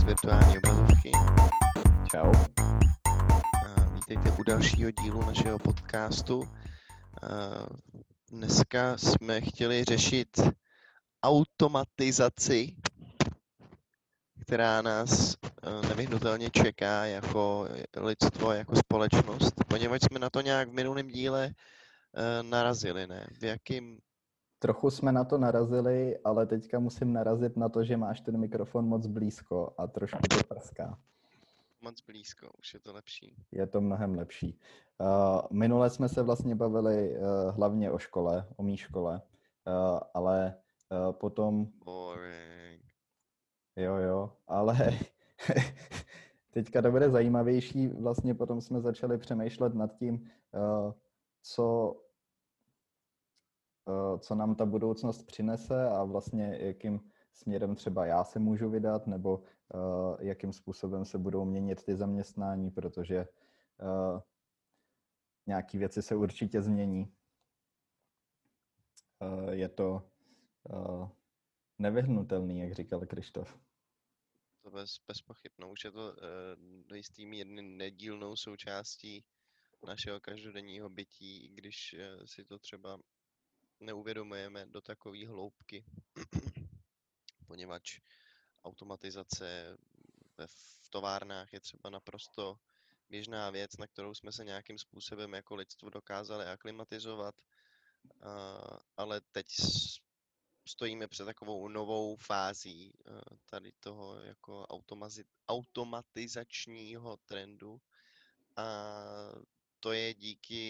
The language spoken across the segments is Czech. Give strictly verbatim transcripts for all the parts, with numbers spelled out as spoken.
virtuální obrazovky. Čau. Vítejte u dalšího dílu našeho podcastu. Dneska jsme chtěli řešit automatizaci, která nás nevyhnutelně čeká jako lidstvo, jako společnost, poněvadž jsme na to nějak v minulém díle narazili, ne? V jakým... Trochu jsme na to narazili, ale teďka musím narazit na to, že máš ten mikrofon moc blízko a trošku to prská. Moc blízko, už je to lepší. Je to mnohem lepší. Uh, minule jsme se vlastně bavili uh, hlavně o škole, o mý škole, uh, ale uh, potom... Boring. Jo, jo, ale teďka to bude zajímavější. Vlastně potom jsme začali přemýšlet nad tím, uh, co... co nám ta budoucnost přinese a vlastně jakým směrem třeba já se můžu vydat, nebo uh, jakým způsobem se budou měnit ty zaměstnání, protože uh, nějaké věci se určitě změní. Uh, je to uh, nevyhnutelný, jak říkal Krištof. To bez, bez pochyb. No, už je to uh, do jistý míry nedílnou součástí našeho každodenního bytí, i když uh, si to třeba neuvědomujeme do takové hloubky, poněvadž automatizace ve v továrnách je třeba naprosto běžná věc, na kterou jsme se nějakým způsobem jako lidstvo dokázali aklimatizovat, uh, ale teď stojíme před takovou novou fází uh, tady toho jako automazi- automatizačního trendu a to je díky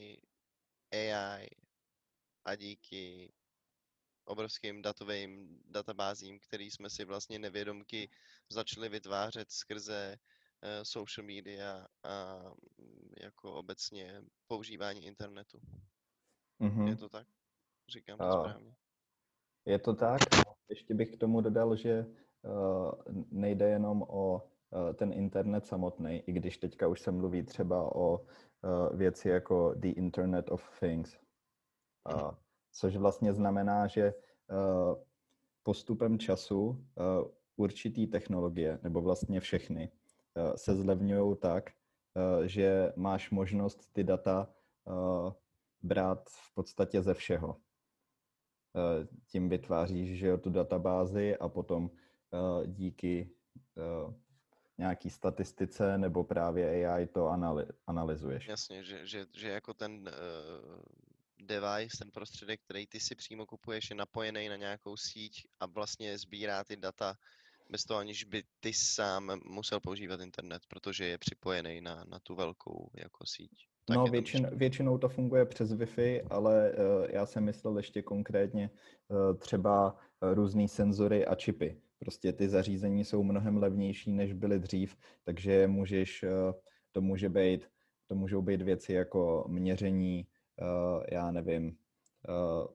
A I a díky obrovským datovým databázím, který jsme si vlastně nevědomky začali vytvářet skrze uh, social media a jako obecně používání internetu. Mm-hmm. Je to tak? Říkám to uh, správně. Je to tak. Ještě bych k tomu dodal, že uh, nejde jenom o uh, ten internet samotný, i když teďka už se mluví třeba o uh, věci jako the Internet of Things. Uh, což vlastně znamená, že uh, postupem času uh, určitý technologie, nebo vlastně všechny, uh, se zlevňují tak, uh, že máš možnost ty data uh, brát v podstatě ze všeho. Uh, tím vytváříš, že jo, tu databázi a potom uh, díky uh, nějaký statistice nebo právě A I to analy- analyzuješ. Jasně, že, že, že jako ten uh, device, ten prostředek, který ty si přímo kupuješ, je napojený na nějakou síť a vlastně sbírá ty data bez toho, aniž by ty sám musel používat internet, protože je připojený na, na tu velkou jako síť. Tak No, je to většin, myšleno. většinou to funguje přes Wi-Fi, ale uh, já jsem myslel ještě konkrétně uh, třeba uh, různý senzory a čipy. Prostě ty zařízení jsou mnohem levnější, než byly dřív, takže můžeš, uh, to může být, to můžou být věci jako měření, uh, já nevím, uh,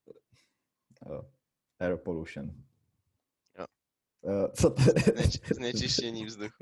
uh, air pollution. Jo. Uh, co to... Zneč, znečištění vzduchu.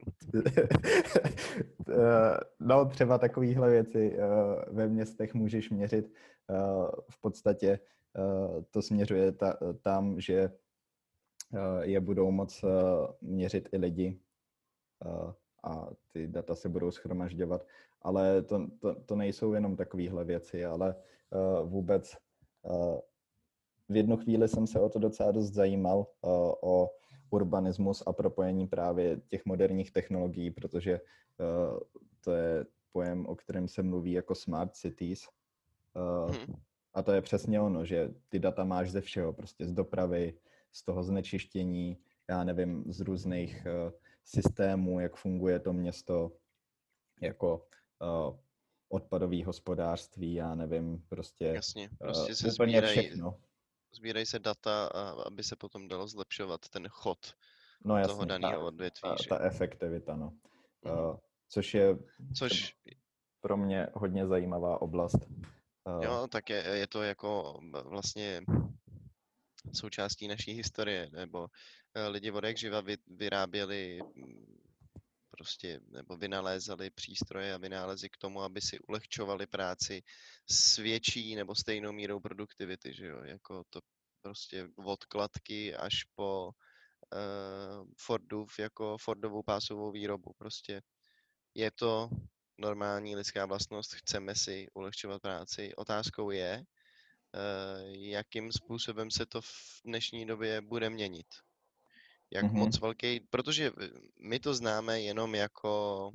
No, třeba takovéhle věci ve městech můžeš měřit. V podstatě to směřuje ta, tam, že je budou moc měřit i lidi a ty data se budou shromažďovat. Ale to, to, to nejsou jenom takovéhle věci, ale vůbec v jednu chvíli jsem se o to docela dost zajímal, o urbanismus a propojení právě těch moderních technologií, protože uh, to je pojem, o kterém se mluví jako smart cities. Uh, Hmm. a to je přesně ono, že ty data máš ze všeho, prostě z dopravy, z toho znečištění, já nevím, z různých uh, systémů, jak funguje to město, jako uh, odpadový hospodářství, já nevím, prostě, Jasně, prostě uh, se úplně sbírají, všechno. sbírají se data, aby se potom dalo zlepšovat ten chod No toho jasně, daného ta, odvětví. ta, ta efektivita, no. Mm-hmm. Uh, což je Což, pro mě hodně zajímavá oblast. Uh, jo, tak je, je to jako vlastně součástí naší historie, nebo lidi od jak živa vy, vyráběli prostě, nebo vynalézali přístroje a vynálezy k tomu, aby si ulehčovali práci s větší nebo stejnou mírou produktivity, že jo, jako to prostě od kladky až po uh, Fordův jako Fordovou pásovou výrobu. Prostě je to normální lidská vlastnost, chceme si ulehčovat práci. Otázkou je, jakým způsobem se to v dnešní době bude měnit. Jak Mhm. moc velký, protože my to známe jenom jako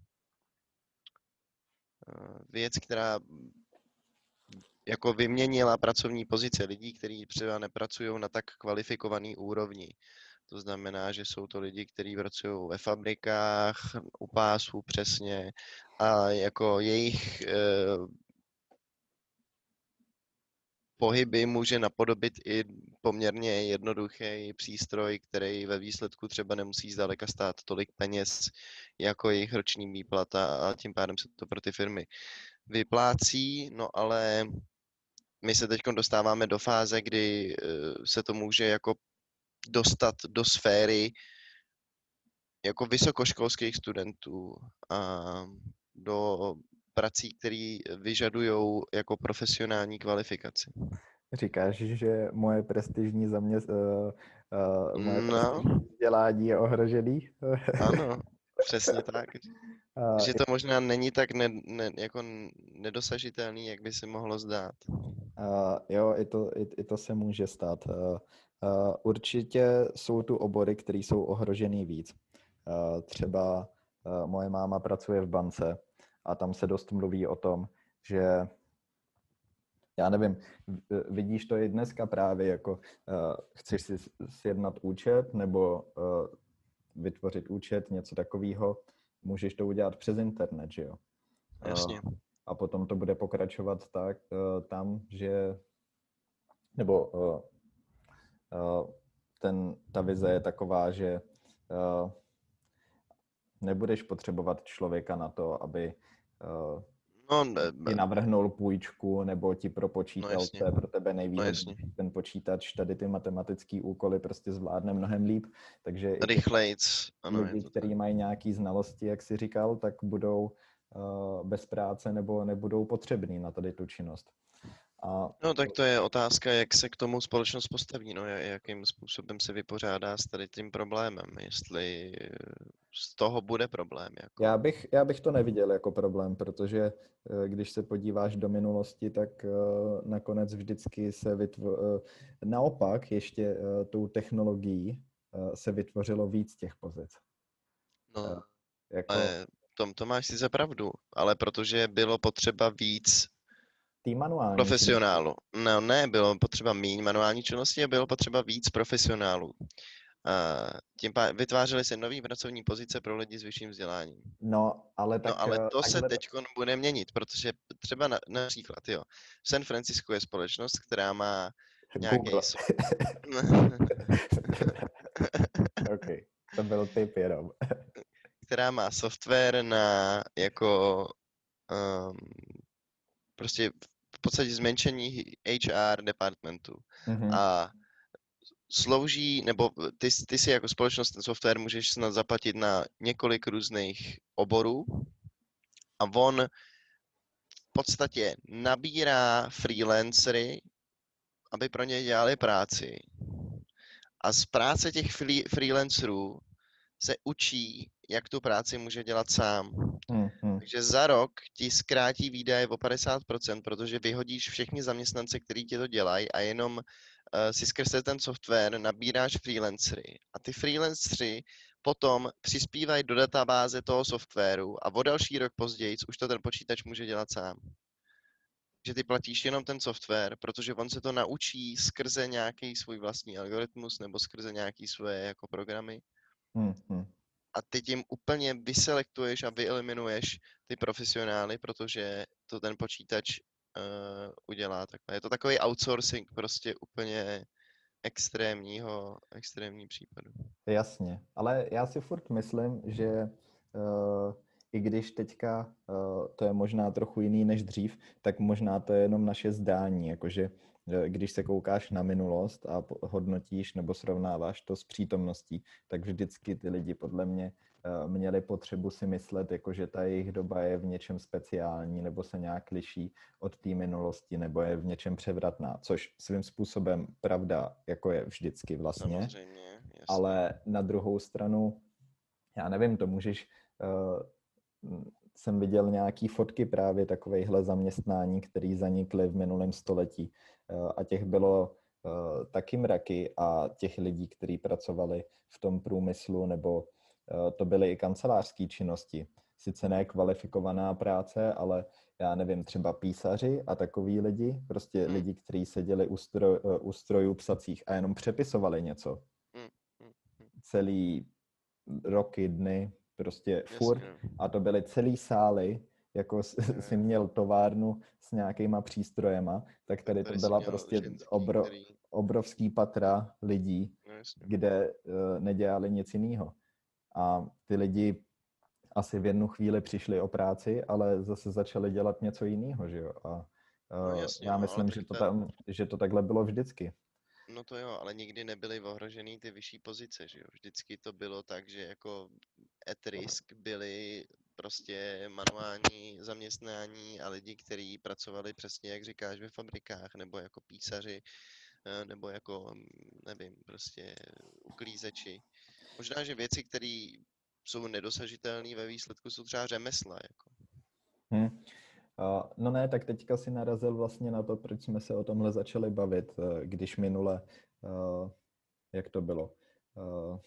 věc, která jako vyměnila pracovní pozice lidí, kteří třeba nepracují na tak kvalifikovaný úrovni. To znamená, že jsou to lidi, kteří pracují ve fabrikách, u pásů přesně a jako jejich eh, pohyby může napodobit i poměrně jednoduchý přístroj, který ve výsledku třeba nemusí zdaleka stát tolik peněz jako jejich roční výplata a tím pádem se to pro ty firmy vyplácí, no ale my se teď dostáváme do fáze, kdy se to může jako dostat do sféry jako vysokoškolských studentů a do prací, které vyžadují jako profesionální kvalifikaci. Říkáš, že moje prestižní zaměst... uh, uh, moje No, prestižní vzdělání je ohrožený? ano, přesně tak. uh, Že to možná není tak ne, ne, jako nedosažitelný, jak by se mohlo zdát. Uh, jo, i to, i, i to se může stát. Uh, uh, určitě jsou tu obory, které jsou ohrožený víc. Uh, třeba uh, moje máma pracuje v bance a tam se dost mluví o tom, že já nevím, vidíš to i dneska právě, jako uh, chceš si sjednat účet nebo uh, vytvořit účet, něco takového, můžeš to udělat přes internet, že jo? Jasně. Uh, a potom to bude pokračovat tak uh, tam, že nebo uh, uh, ten, ta vize je taková, že uh, nebudeš potřebovat člověka na to, aby uh, No, ne, ti navrhnul půjčku nebo ti propočítal, no co je pro tebe no nejvýhodnější. Ten počítač tady ty matematické úkoly prostě zvládne mnohem líp, takže i rychlejc. Ano, lidi, je to kteří mají nějaké znalosti, jak jsi říkal, tak budou uh, bez práce nebo nebudou potřební na tady tu činnost. A no tak to je otázka, jak se k tomu společnost postaví, no, jakým způsobem se vypořádá s tady tím problémem, jestli z toho bude problém. Jako. Já, bych, já bych to neviděl jako problém, protože když se podíváš do minulosti, tak nakonec vždycky se vytvořilo, naopak ještě tou technologií se vytvořilo víc těch pozic. No, jako... ale tom to máš si za pravdu, ale protože bylo potřeba víc profesionálu. No ne, bylo potřeba méně manuální činnosti a bylo potřeba víc profesionálů. A tím pádem vytvářely se nové pracovní pozice pro lidi s vyšším vzděláním. No, ale, tak, no, ale to takhle... se teď bude měnit, protože třeba na, například, jo, v San Francisku je společnost, která má nějaký... OK, to byl tip jenom. která má software na jako um, prostě v podstatě zmenšení H R departmentu. Mm-hmm. A slouží, nebo ty, ty si jako společnost ten software můžeš snad zaplatit na několik různých oborů a on v podstatě nabírá freelancery, aby pro ně dělali práci. A z práce těch freelancerů se učí, jak tu práci může dělat sám. Mm-hmm. Takže za rok ti zkrátí výdaje o padesát procent, protože vyhodíš všechny zaměstnance, kteří ti to dělají a jenom uh, si skrze ten software nabíráš freelancery. A ty freelanceri potom přispívají do databáze toho softwaru a o další rok později už to ten počítač může dělat sám. Že ty platíš jenom ten software, protože on se to naučí skrze nějaký svůj vlastní algoritmus nebo skrze nějaký svoje jako programy. Mm-hmm. A ty tím úplně vyselektuješ a vyeliminuješ ty profesionály, protože to ten počítač uh, udělá takhle. Je to takový outsourcing prostě úplně extrémního, extrémní případu. Jasně, ale já si furt myslím, že uh, i když teďka uh, to je možná trochu jiný než dřív, tak možná to je jenom naše zdání, jakože eh, když se koukáš na minulost a po- hodnotíš nebo srovnáváš to s přítomností, tak vždycky ty lidi podle mě eh, měli potřebu si myslet, jako že ta jejich doba je v něčem speciální nebo se nějak liší od té minulosti nebo je v něčem převratná, což svým způsobem pravda jako je vždycky vlastně, Samozřejmě, jasně. ale na druhou stranu, já nevím, to můžeš, uh, jsem viděl nějaký fotky právě takovejhle zaměstnání, které zanikly v minulém století uh, a těch bylo uh, taky mraky a těch lidí, kteří pracovali v tom průmyslu, nebo uh, to byly i kancelářské činnosti. Sice ne kvalifikovaná práce, ale já nevím, třeba písaři a takový lidi, prostě Hmm, lidi, kteří seděli u, stroj, uh, u strojů psacích a jenom přepisovali něco hmm, hmm, hmm. celý roky, dny, prostě Jasně, furt. no. A to byly celý sály, jako Jo, si jo. měl továrnu s nějakýma přístrojema, tak Tak tady to tady si byla měl prostě ženský, obro, který, obrovský patra lidí, no jasně. kde uh, nedělali nic jiného. A ty lidi asi v jednu chvíli přišli o práci, ale zase začali dělat něco jiného, že jo? A No uh, jasně, já no, ale myslím, tak že to ta, tam, že to takhle bylo vždycky. no to jo, ale nikdy nebyly ohrožený ty vyšší pozice, že jo. Vždycky to bylo tak, že jako at risk byli prostě manuální zaměstnání a lidi, kteří pracovali přesně, jak říkáš, ve fabrikách, nebo jako písaři, eh, nebo jako, mm, nevím, prostě uklízeči. Možná, že věci, které jsou nedosažitelné ve výsledku, jsou třeba řemesla, jako. Hm. Uh, no ne, tak teďka si narazil vlastně na to, proč jsme se o tomhle začali bavit, uh, když minule, uh, jak to bylo? Uh,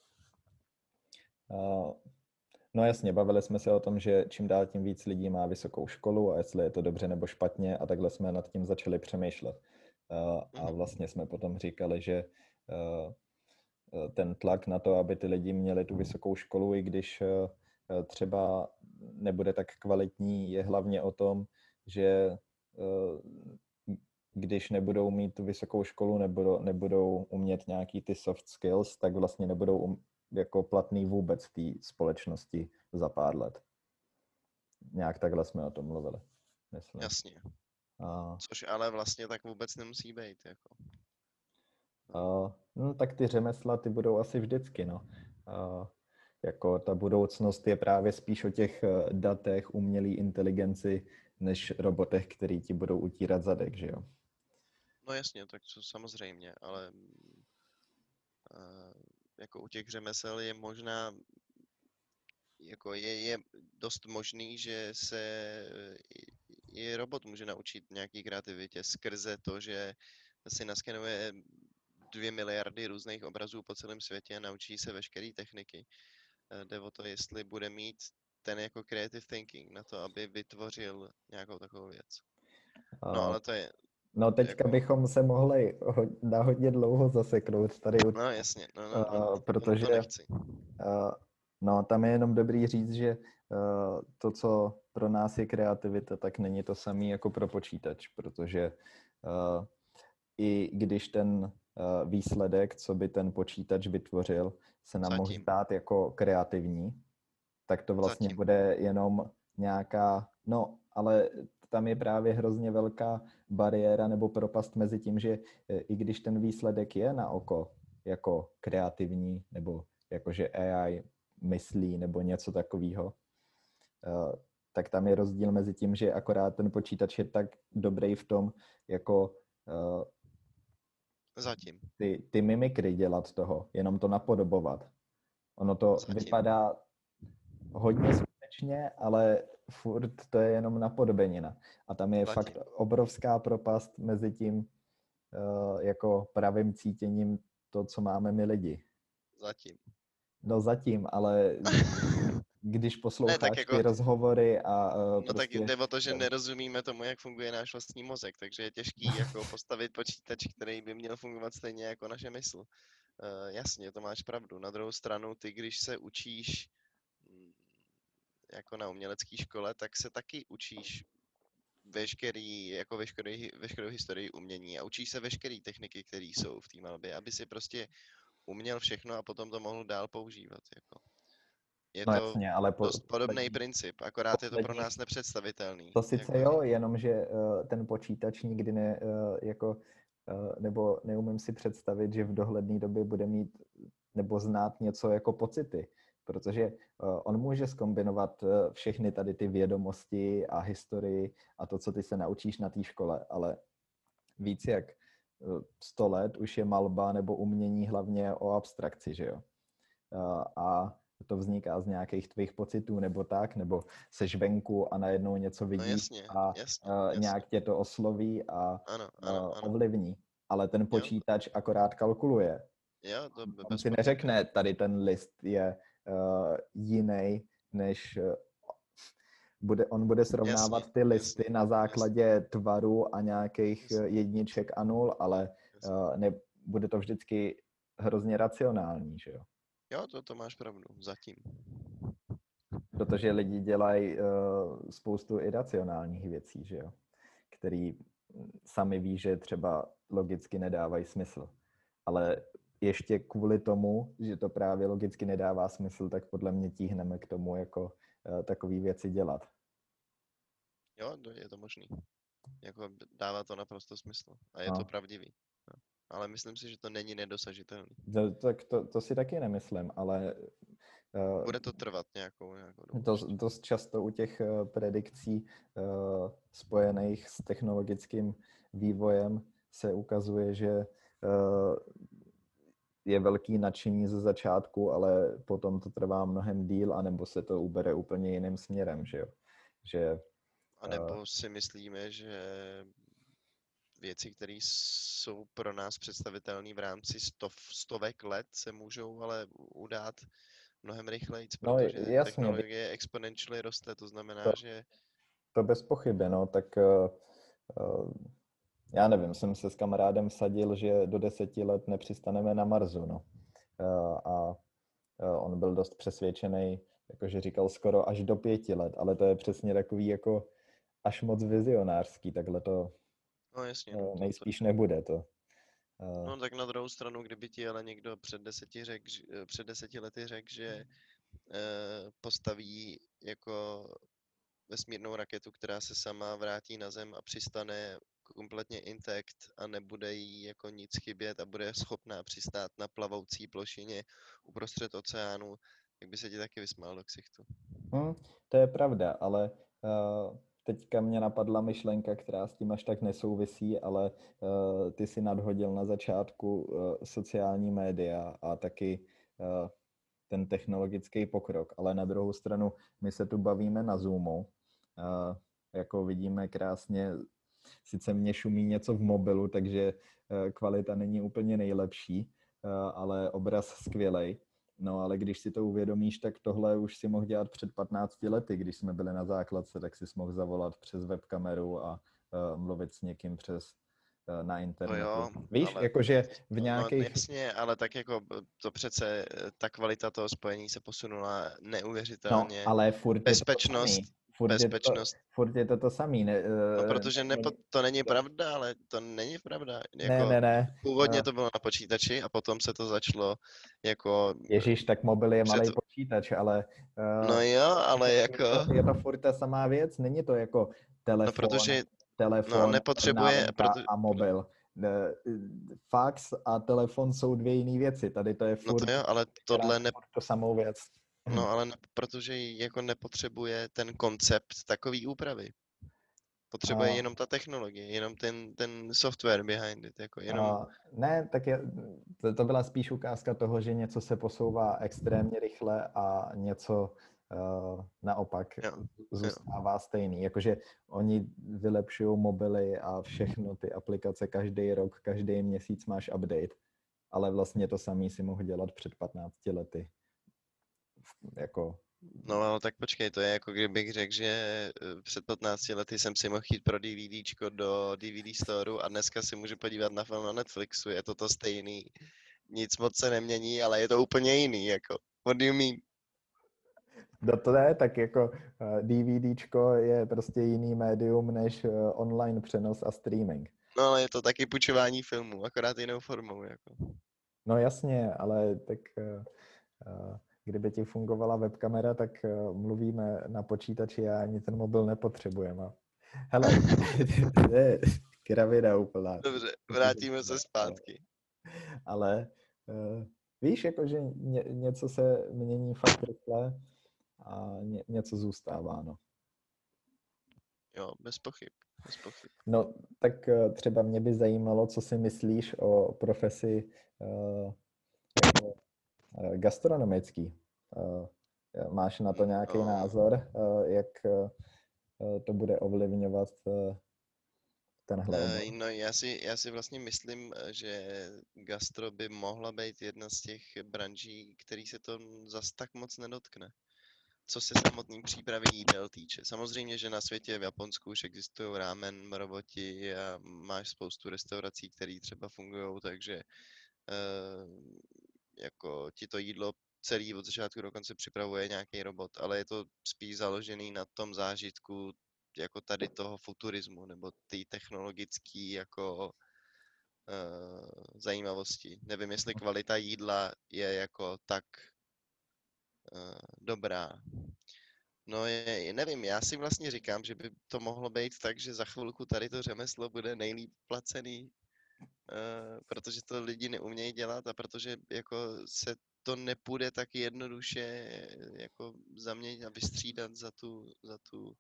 uh, no jasně, bavili jsme se o tom, že čím dál tím víc lidí má vysokou školu a jestli je to dobře nebo špatně a takhle jsme nad tím začali přemýšlet. Uh, a Mhm. vlastně jsme potom říkali, že uh, ten tlak na to, aby ty lidi měli tu vysokou školu, i když uh, třeba nebude tak kvalitní, je hlavně o tom, že uh, když nebudou mít tu vysokou školu, nebudou, nebudou umět nějaký ty soft skills, tak vlastně nebudou um, jako platný vůbec v té společnosti za pár let. Nějak takhle jsme o tom mluvili, myslím. Jasně. A, Což ale vlastně tak vůbec nemusí být, jako. a, no, tak ty řemesla, ty budou asi vždycky, no. A, jako ta budoucnost je právě spíš o těch eh, datech, umělé inteligenci, než robotech, který ti budou utírat zadek, že jo? No jasně, tak to samozřejmě, ale mm, eh, jako u těch řemesel je možná, jako je, je dost možný, že se eh, i, i robot může naučit nějaký kreativitě skrze to, že si naskenuje dvě miliardy různých obrazů po celém světě a naučí se veškeré techniky. Eh, Jde o to, jestli bude mít ten jako creative thinking na to, aby vytvořil nějakou takovou věc. No A, ale to je no teďka jako, bychom se mohli ho, na hodně dlouho zaseknout tady, u- no jasně, no, no, no, uh, tomu protože to nechci. uh, no, tam je jenom dobrý říct, že uh, to, co pro nás je kreativita, tak není to samé jako pro počítač, protože uh, i když ten uh, výsledek, co by ten počítač vytvořil, se nám mohl Zatím, zdát jako kreativní, tak to vlastně zatím. bude jenom nějaká, no, ale tam je právě hrozně velká bariéra nebo propast mezi tím, že e, i když ten výsledek je na oko jako kreativní, nebo jakože A I myslí, nebo něco takového, tak tam je rozdíl mezi tím, že akorát ten počítač je tak dobrý v tom, jako Zatím. ty, ty mimikry dělat toho, jenom to napodobovat. Ono to Zatím. vypadá hodně skutečně, ale furt to je jenom napodobenina. A tam je Zatím. fakt obrovská propast mezi tím uh, jako pravým cítěním to, co máme my lidi. Zatím. No zatím, ale když Ne, tak posloucháš jako, ty rozhovory a uh, no tak prostě... jde o to, že nerozumíme tomu, jak funguje náš vlastní mozek, takže je těžký jako postavit počítač, který by měl fungovat stejně jako naše mysl. Uh, jasně, to máš pravdu. Na druhou stranu, ty, když se učíš mm, jako na umělecké škole, tak se taky učíš veškerý, jako veškerý, veškerou historii umění a učíš se veškeré techniky, které jsou v té malbě, aby si prostě uměl všechno a potom to mohl dál používat. Jako. Je No to jasně, ale po, dost podobný poslední, princip, akorát je to pro posledních, nás nepředstavitelný. to sice Jako, jo, jenomže uh, ten počítač nikdy ne, uh, jako, uh, nebo neumím si představit, že v dohledné době bude mít nebo znát něco jako pocity, protože uh, on může zkombinovat uh, všechny tady ty vědomosti a historii a to, co ty se naučíš na té škole, ale víc jak uh, sto let už je malba nebo umění hlavně o abstrakci, že jo? Uh, a to vzniká z nějakých tvých pocitů nebo tak, nebo seš venku a najednou něco no vidíš jasně, a jasně, uh, jasně. nějak tě to osloví a Ano, ano, uh, ano. ovlivní. Ale ten Jo, počítač akorát kalkuluje. jo, to be- On bez si pochyby. neřekne, tady ten list je uh, jiný, než uh, bude, on bude srovnávat Jasně, ty listy jasně, na základě tvaru a nějakých jasně, jedniček a nul, ale jasně. uh, ne, bude to vždycky hrozně racionální, že jo? Jo, to, to máš pravdu, zatím. Protože lidi dělají uh, spoustu iracionálních věcí, že jo? Který sami ví, že třeba logicky nedávají smysl. Ale ještě kvůli tomu, že to právě logicky nedává smysl, tak podle mě tíhneme k tomu jako uh, takové věci dělat. Jo, to je to možný. Jako dává to naprosto smysl. A je No. to pravdivý. No. Ale myslím si, že to není nedosažitelný. To, tak to, to si taky nemyslím, ale uh, Bude to trvat nějakou, nějakou dobu. dost, dost často u těch uh, predikcí uh, spojených s technologickým vývojem se ukazuje, že uh, je velký nadšení ze začátku, ale potom to trvá mnohem díl, anebo se to ubere úplně jiným směrem, že jo? Že, A nebo si myslíme, že věci, které jsou pro nás představitelné v rámci stov, stovek let, se můžou ale udát mnohem rychleji, no protože jasně, technologie exponentially roste, to znamená, to, že to bez pochyby, no, tak uh, uh, já nevím, jsem se s kamarádem vsadil, že do deseti let nepřistaneme na Marsu, no. Uh, a uh, on byl dost přesvědčený, jakože říkal skoro až do pěti let, ale to je přesně takový jako až moc vizionářský, takhle to no jasně, no, uh, to, to, nejspíš nebude to. Uh, no tak na druhou stranu, kdyby ti ale někdo před deseti, řek, že- před deseti lety řekl, že eh, postaví jako vesmírnou raketu, která se sama vrátí na Zem a přistane kompletně intact a nebude jí jako nic chybět a bude schopná přistát na plavoucí plošině uprostřed oceánu, tak by se ti taky vysmál do ksichtu. Hmm, to je pravda, ale uh, teďka mě napadla myšlenka, která s tím až tak nesouvisí, ale uh, ty si nadhodil na začátku uh, sociální média a taky uh, ten technologický pokrok, ale na druhou stranu my se tu bavíme na Zoomu, uh, jako vidíme krásně, sice mě šumí něco v mobilu, takže uh, kvalita není úplně nejlepší, uh, ale obraz skvělej. No ale když si to uvědomíš, tak tohle už si mohl dělat před patnácti lety, když jsme byli na základce, tak si mohl zavolat přes webkameru a uh, mluvit s někým přes uh, na internetu. No jo, Víš, ale jakože v no, no nějakých... jasně, ale tak jako to přece, ta kvalita toho spojení se posunula No, neuvěřitelně. ale furt je to to Bezpečnost, samý. Furt je to, bezpečnost. furt je to to samý. Ne, No uh, protože nepo, to není pravda, ale to není pravda. ne, Jako ne, ne. původně Uh, to bylo na počítači a potom se to začalo jako Ježíš, tak mobil je před... malý počítač, ale uh, No jo, ale je, jako... to, je to furt ta samá věc. Není to jako No telefon, protože... No telefon, nepotřebuje... mrnávenka Proto, a mobil. Uh, fax a telefon jsou dvě jiné věci. Tady to je no furt, to jo, ale tohle ne... furt to samou věc. No ale ne, protože jako nepotřebuje ten koncept takový úpravy. Potřebuje Uh, jenom ta technologie, jenom ten, ten software behind it, jako jenom... Uh, ne, tak je, to, to byla spíš ukázka toho, že něco se posouvá extrémně rychle a něco uh, naopak Jo, zůstává stejný. Jakože oni vylepšují mobily a všechno, ty aplikace každý rok, každý měsíc máš update, ale vlastně to samý si mohl dělat před patnácti lety. Jako... No ale tak počkej, to je jako kdybych řekl, že eh, před patnácti lety jsem si mohl jít pro DVDčko do D V D storeu a dneska si můžu podívat na film na Netflixu, je to to stejný. Nic moc se nemění, ale je to úplně jiný, jako. What do you mean? No to ne, tak jako uh, DVDčko je prostě jiný médium než uh, online přenos a streaming. No ale je to taky půjčování filmů, akorát jinou formou, jako. No jasně, ale tak uh, uh, kdyby ti fungovala webkamera, tak uh, mluvíme na počítači a ani ten mobil nepotřebujeme. Hele, to je kravina úplná. Dobře, vrátíme se zpátky. Ale uh, víš, jakože ně, něco se mění fakt rychle a ně, něco zůstává, no. Jo, bez pochyb, bez pochyb. No, tak uh, třeba mě by zajímalo, co si myslíš o profesi uh, jako uh, gastronomický. Uh, máš na to nějaký no. názor, uh, jak uh, to bude ovlivňovat uh, tenhle obor? No, já si, já si vlastně myslím, že gastro by mohla být jedna z těch branží, který se to zas tak moc nedotkne. Co se samotný přípravy jídel týče. Samozřejmě, že na světě v Japonsku už existují ramen roboti a máš spoustu restaurací, které třeba fungují, takže uh, jako ti to jídlo celý od začátku do konce připravuje nějaký robot, ale je to spíš založený na tom zážitku jako tady toho futurismu, nebo té technologické jako uh, zajímavosti. Nevím, jestli kvalita jídla je jako tak uh, dobrá. No je, nevím, já si vlastně říkám, že by to mohlo být tak, že za chvilku tady to řemeslo bude nejlíp placený, uh, protože to lidi neumějí dělat a protože jako se to nepůjde tak jednoduše jako zaměnit a vystřídat za tu, za tu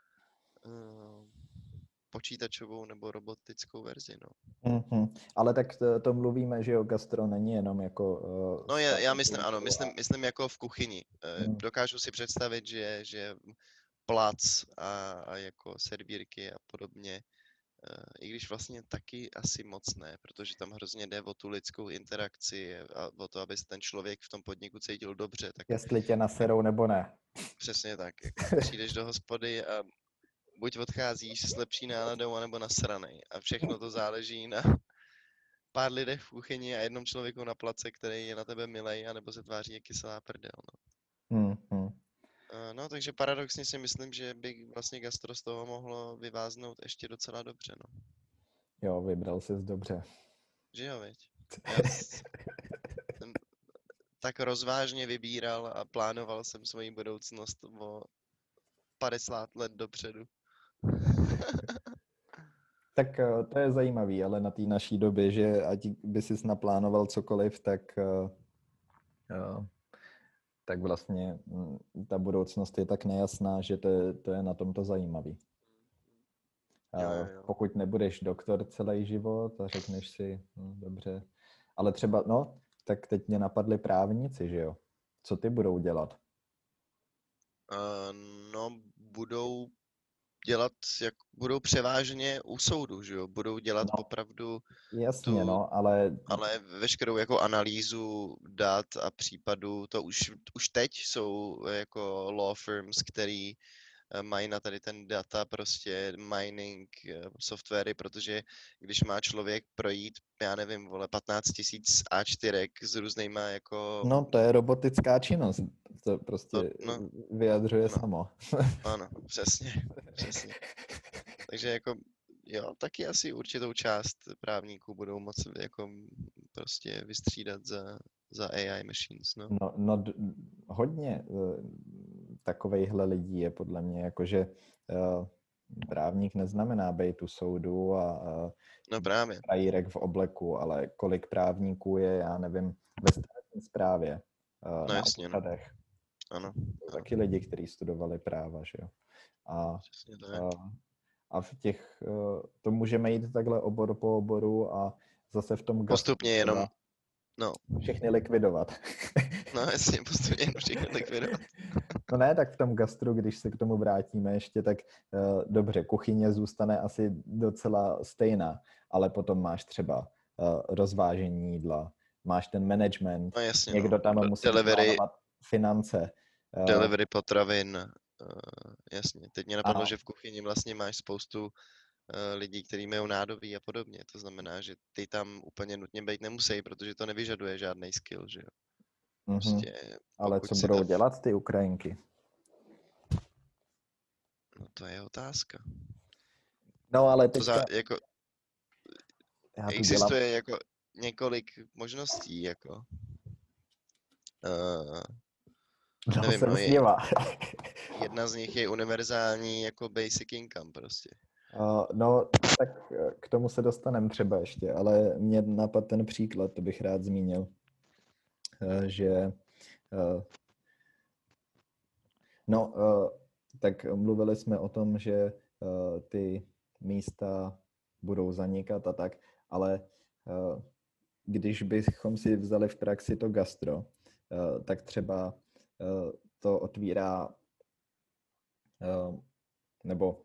uh, počítačovou nebo robotickou verzi, no. Mm-hmm. Ale tak to, to mluvíme, že jo, gastro není jenom jako... Uh, no já, já myslím, ano, myslím, a... myslím jako v kuchyni. Uh, mm. Dokážu si představit, že, že plac a, a jako servírky a podobně, uh, i když vlastně taky asi moc ne, protože tam hrozně jde o tu lidskou interakci a o to, aby se ten člověk v tom podniku cítil dobře. Tak... Jestli tě naserou nebo ne. Přesně tak. Jako přijdeš do hospody a buď odcházíš s lepší náladou, anebo nasranej. A všechno to záleží na pár lidech v kuchyni a jednom člověku na place, který je na tebe milej, anebo se tváří jak kyselá prdel. No. Mm-hmm. No, takže paradoxně si myslím, že by vlastně gastro z toho mohlo vyváznout ještě docela dobře, no. Jo, vybral jsi dobře. Že jo, veď. Já jsem tak rozvážně vybíral a plánoval jsem svoji budoucnost o padesát let dopředu. Tak to je zajímavý, ale na té naší době, že ať by sis naplánoval cokoliv, tak, uh, tak vlastně ta budoucnost je tak nejasná, že to, to je na tomto zajímavý. Uh, jo, jo, jo. Pokud nebudeš doktor celý život a řekneš si, hm, dobře, ale třeba, no, tak teď mě napadli právníci, že jo? Co ty budou dělat? Uh, no, budou dělat, jak budou převážně u soudu, že jo? Budou dělat no, opravdu jasně, tu, no, ale... ale veškerou jako analýzu dat a případů, to už, už teď jsou jako law firms, který mají na tady ten data prostě mining softwary, protože když má člověk projít, já nevím, vole, patnáct tisíc á čtyři s různýma jako... No, to je robotická činnost. To prostě to, no, vyjadřuje no, samo. Ano, přesně, přesně. Takže jako, jo, taky asi určitou část právníků budou moci jako prostě vystřídat za, za á í machines, no. No, no hodně uh, takovejhle lidí je podle mě, jakože uh, právník neznamená být u soudu a uh, no právě. frajírek v obleku, ale kolik právníků je, já nevím, ve státní správě, uh, no, na jasně, úřadech. Ano. To taky lidi, kteří studovali práva, že jo. A, a, a v těch, to můžeme jít takhle obor po oboru a zase v tom postupně jenom, no. Všechny likvidovat. No jasně, postupně jenom všechny likvidovat. No ne, tak v tom gastru, když se k tomu vrátíme ještě, tak uh, dobře, kuchyně zůstane asi docela stejná, ale potom máš třeba uh, rozvážení jídla, máš ten management, no, jasně, někdo no. tam musí plánovat finance. Delivery potravin, uh, jasně. Teď mě napadlo, ano. Že v kuchyni vlastně máš spoustu uh, lidí, kteří mají nádobí a podobně. To znamená, že ty tam úplně nutně být nemusí, protože to nevyžaduje žádný skill, že jo. Prostě, mm-hmm. Ale co budou v... dělat ty Ukrajinky? No to je otázka. No ale teďka... To za, jako, existuje dělám... jako několik možností, jako... Uh, No, Nevím, jsem no s je, nima. jedna z nich je univerzální jako basic income prostě. Uh, no, tak eh, k tomu se dostaneme třeba ještě, ale mě napadl ten příklad, to bych rád zmínil, eh, že eh, no, eh, tak mluvili jsme o tom, že eh, ty místa budou zanikat a tak, ale eh, když bychom si vzali v praxi to gastro, eh, tak třeba eh, to otvírá eh, nebo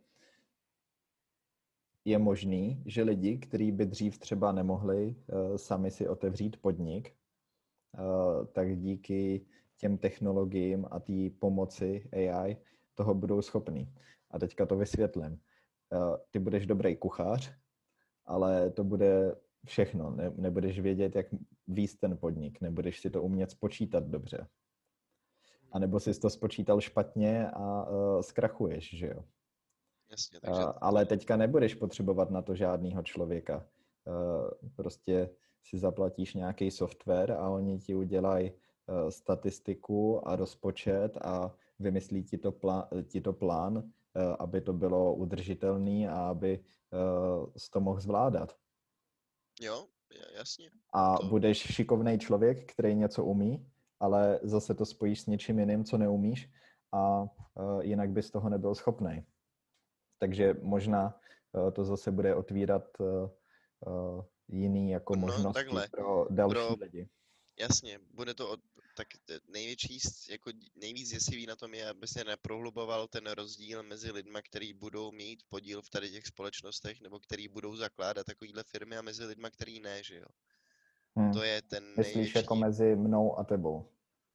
je možný, že lidi, kteří by dřív třeba nemohli uh, sami si otevřít podnik, uh, tak díky těm technologiím a té pomoci A I toho budou schopní. A teďka to vysvětlím. Uh, ty budeš dobrý kuchař, ale to bude všechno. Ne, nebudeš vědět, jak víc ten podnik, nebudeš si to umět spočítat dobře. A nebo jsi to spočítal špatně a uh, zkrachuješ, že jo? Jasně, takže... Uh, ale teďka nebudeš potřebovat na to žádného člověka. Uh, prostě si zaplatíš nějaký software a oni ti udělají uh, statistiku a rozpočet a vymyslí ti to, plán, ti to plán, uh, aby to bylo udržitelný a aby uh, jsi to mohl zvládat. Jo, jasně. A To... budeš šikovný člověk, který něco umí, ale zase to spojíš s něčím jiným, co neumíš a uh, jinak bys toho nebyl schopný. Takže možná uh, to zase bude otvírat uh, uh, jiný jako no, možnosti takhle. pro další pro, lidi. Jasně, bude to od, tak největší, jako nejvíc děsivý na tom je, aby se neprohluboval ten rozdíl mezi lidma, kteří budou mít podíl v tady těch společnostech, nebo kteří budou zakládat takovýhle firmy a mezi lidma, který ne, že jo. Hmm. To je ten Myslíš největší... jako mezi mnou a tebou?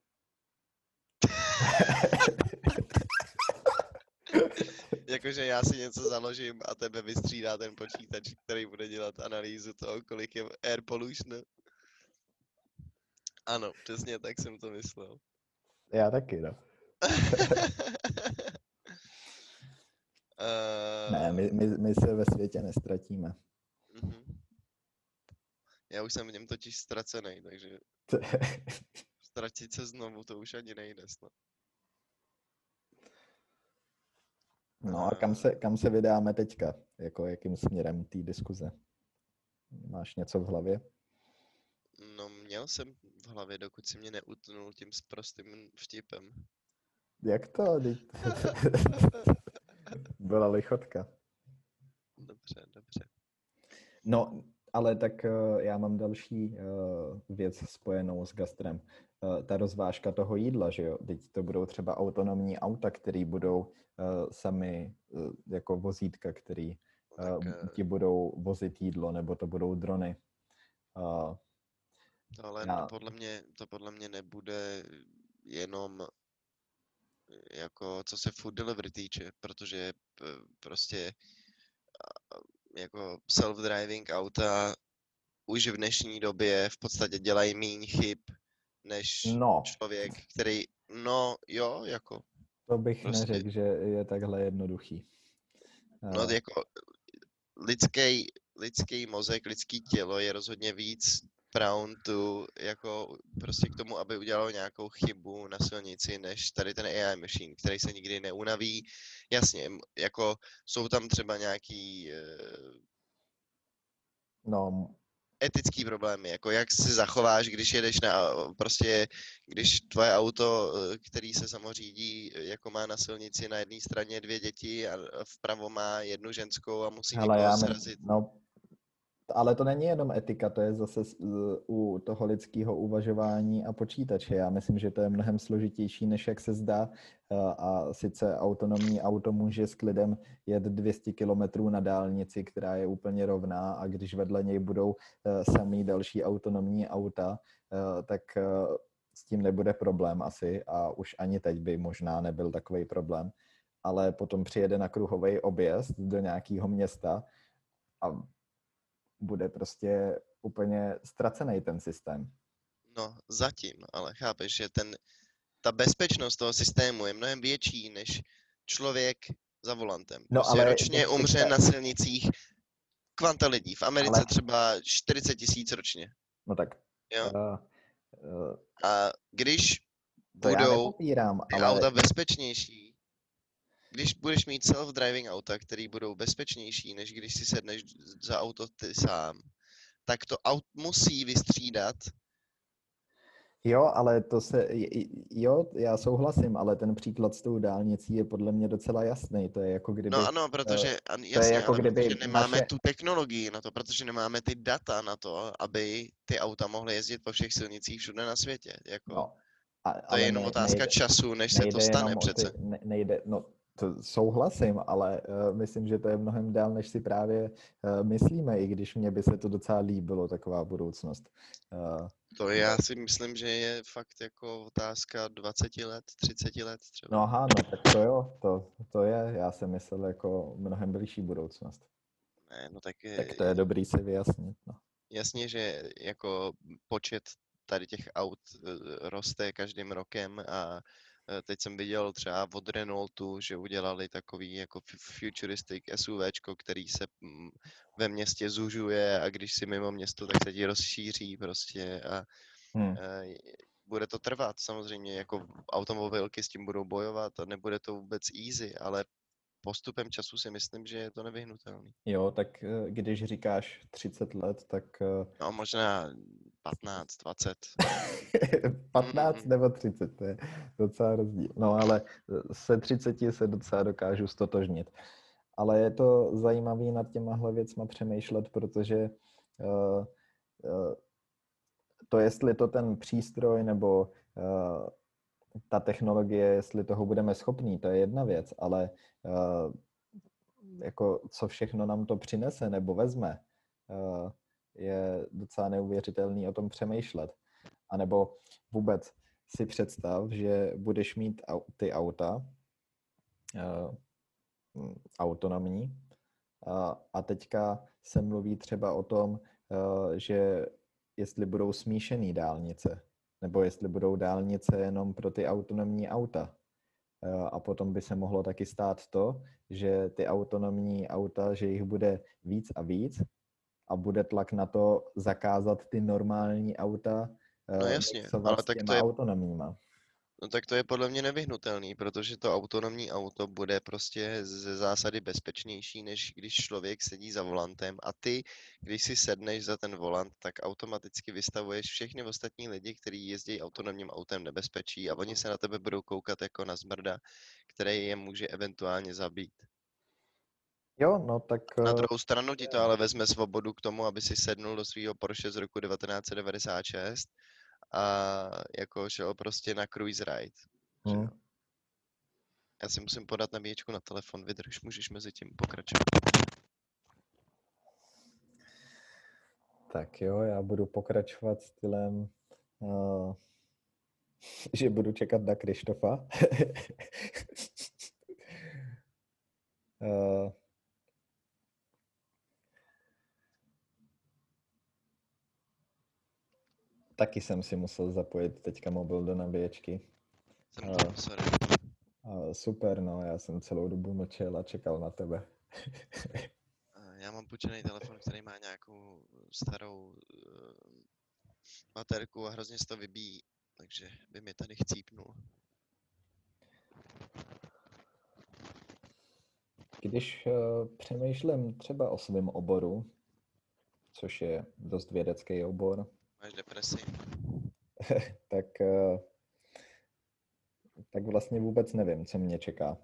Jakože já si něco založím a tebe vystřídá ten počítač, který bude dělat analýzu toho, kolik je air pollution. Ano, přesně tak jsem to myslel. Já taky, no. uh... Ne, my, my, my se ve světě nestratíme. Uh-huh. Já už jsem v něm totiž ztracený, takže ztratit se znovu, to už ani nejde snad. No a kam se, kam se vydáme teďka? Jako jakým směrem té diskuze? Máš něco v hlavě? No, měl jsem v hlavě, dokud si mě neutnul tím sprostým vtipem. Jak to? Byla lichotka. Dobře, dobře. No, ale tak uh, já mám další uh, věc spojenou s gastrem. Uh, ta rozvážka toho jídla, že jo? Teď to budou třeba autonomní auta, které budou uh, sami uh, jako vozítka, který uh, tak, ti budou vozit jídlo, nebo to budou drony. Uh, ale já... to podle mě, to podle mě nebude jenom jako co se food delivery týče, protože prostě jako self-driving auta už v dnešní době v podstatě dělají méně chyb než no. člověk, který, no jo, jako. To bych prostě... neřekl, že je takhle jednoduchý. No jako lidský, lidský mozek, lidský tělo je rozhodně víc prone to, jako prostě k tomu, aby udělalo nějakou chybu na silnici, než tady ten A I machine, který se nikdy neunaví. Jasně, jako jsou tam třeba nějaký no. etický problémy, jako jak se zachováš, když jedeš na, prostě, když tvoje auto, který se samořídí, jako má na silnici na jedné straně dvě děti a vpravo má jednu ženskou a musí Hele, někoho já srazit. No, ale to není jenom etika, to je zase u toho lidského uvažování a počítače. Já myslím, že to je mnohem složitější, než jak se zdá. A sice autonomní auto může s klidem jet dvě stě kilometrů na dálnici, která je úplně rovná, a když vedle něj budou samý další autonomní auta, tak s tím nebude problém asi, a už ani teď by možná nebyl takový problém. Ale potom přijede na kruhový objezd do nějakého města a bude prostě úplně ztracený ten systém. No, zatím, ale chápeš, že ten, ta bezpečnost toho systému je mnohem větší než člověk za volantem. No, prostě ale ročně umře na silnicích kvanta lidí. V Americe ale... třeba čtyřicet tisíc ročně. No tak. Jo? Uh, uh... A když To já budou nepopírám, ty ale auta bezpečnější. Když budeš mít self-driving auta, které budou bezpečnější, než když si sedneš za auto ty sám, tak to aut musí vystřídat. jo, ale to se, jo, já souhlasím, ale ten příklad s tou dálnicí je podle mě docela jasný. To je jako kdyby, No ano, protože, an- to je jasně, jako ale protože kdyby nemáme naše, tu technologii na to, protože nemáme ty data na to, aby ty auta mohly jezdit po všech silnicích všude na světě. Jako, no, a, to je ale jenom ne, otázka nejde, času, než se to nejde stane jenom o ty, přece. ne, nejde, no to souhlasím, ale uh, myslím, že to je mnohem dál, než si právě uh, myslíme, i když mně by se to docela líbilo, taková budoucnost. Uh, To já si myslím, že je fakt jako otázka dvacet let, třicet let třeba. no aha, no tak to jo, to, to je, já jsem myslel jako mnohem blížší budoucnost. Ne, no tak je, Tak to je dobrý si vyjasnit, no. jasně, že jako počet tady těch aut eh, roste každým rokem a eh, teď jsem viděl třeba od Renaultu, že udělali takový jako fu- futuristic SUVčko, který se mm, ve městě zužuje a když si mimo město, tak se ti rozšíří prostě a Hmm. eh, bude to trvat samozřejmě, jako automobilky s tím budou bojovat a nebude to vůbec easy, ale postupem času si myslím, že je to nevyhnutelný. Jo, tak eh, když říkáš třicet let, tak eh, No možná patnáct, dvacet. patnáct nebo třicet, to je docela rozdíl. No ale se třiceti se docela dokážu stotožnit. Ale je to zajímavé nad těmahle věcma přemýšlet, protože uh, uh, to, jestli to ten přístroj nebo uh, ta technologie, jestli toho budeme schopní, to je jedna věc, ale uh, jako co všechno nám to přinese nebo vezme, uh, je docela neuvěřitelný o tom přemýšlet. A nebo vůbec si představ, že budeš mít ty auta uh, autonomní uh, a teďka se mluví třeba o tom, uh, že jestli budou smíšený dálnice, nebo jestli budou dálnice jenom pro ty autonomní auta. Uh, a potom by se mohlo taky stát to, že ty autonomní auta, že jich bude víc a víc a bude tlak na to zakázat ty normální auta No jasně, mixovat ale s tak to těma je, autonomníma. no tak to je podle mě nevyhnutelný, protože to autonomní auto bude prostě ze zásady bezpečnější, než když člověk sedí za volantem a ty, když si sedneš za ten volant, tak automaticky vystavuješ všechny ostatní lidi, kteří jezdí autonomním autem nebezpečí a oni se na tebe budou koukat jako na zmrda, který je může eventuálně zabít. Jo, no tak... Na Uh, druhou stranu ti to ale vezme svobodu k tomu, aby si sednul do svého Porsche z roku devatenáct set devadesát šest a jako šel prostě na cruise ride. Že hmm. jo. Já si musím podat nabíječku na telefon, vydrž, můžeš mezi tím pokračovat. Tak jo, já budu pokračovat stylem, uh, že budu čekat na Krištofa. uh, taky jsem si musel zapojit teďka mobil do nabíječky. Jsem Uh, tam, sorry. uh, super, no, já jsem celou dobu mlčel a čekal na tebe. Já mám půjčený telefon, který má nějakou starou uh, baterku a hrozně se to vybíjí, takže by mi tady chcípnul. Když uh, přemýšlím třeba o svém oboru, což je dost vědecký obor, Máš depresi? tak, uh, tak vlastně vůbec nevím, co mě čeká.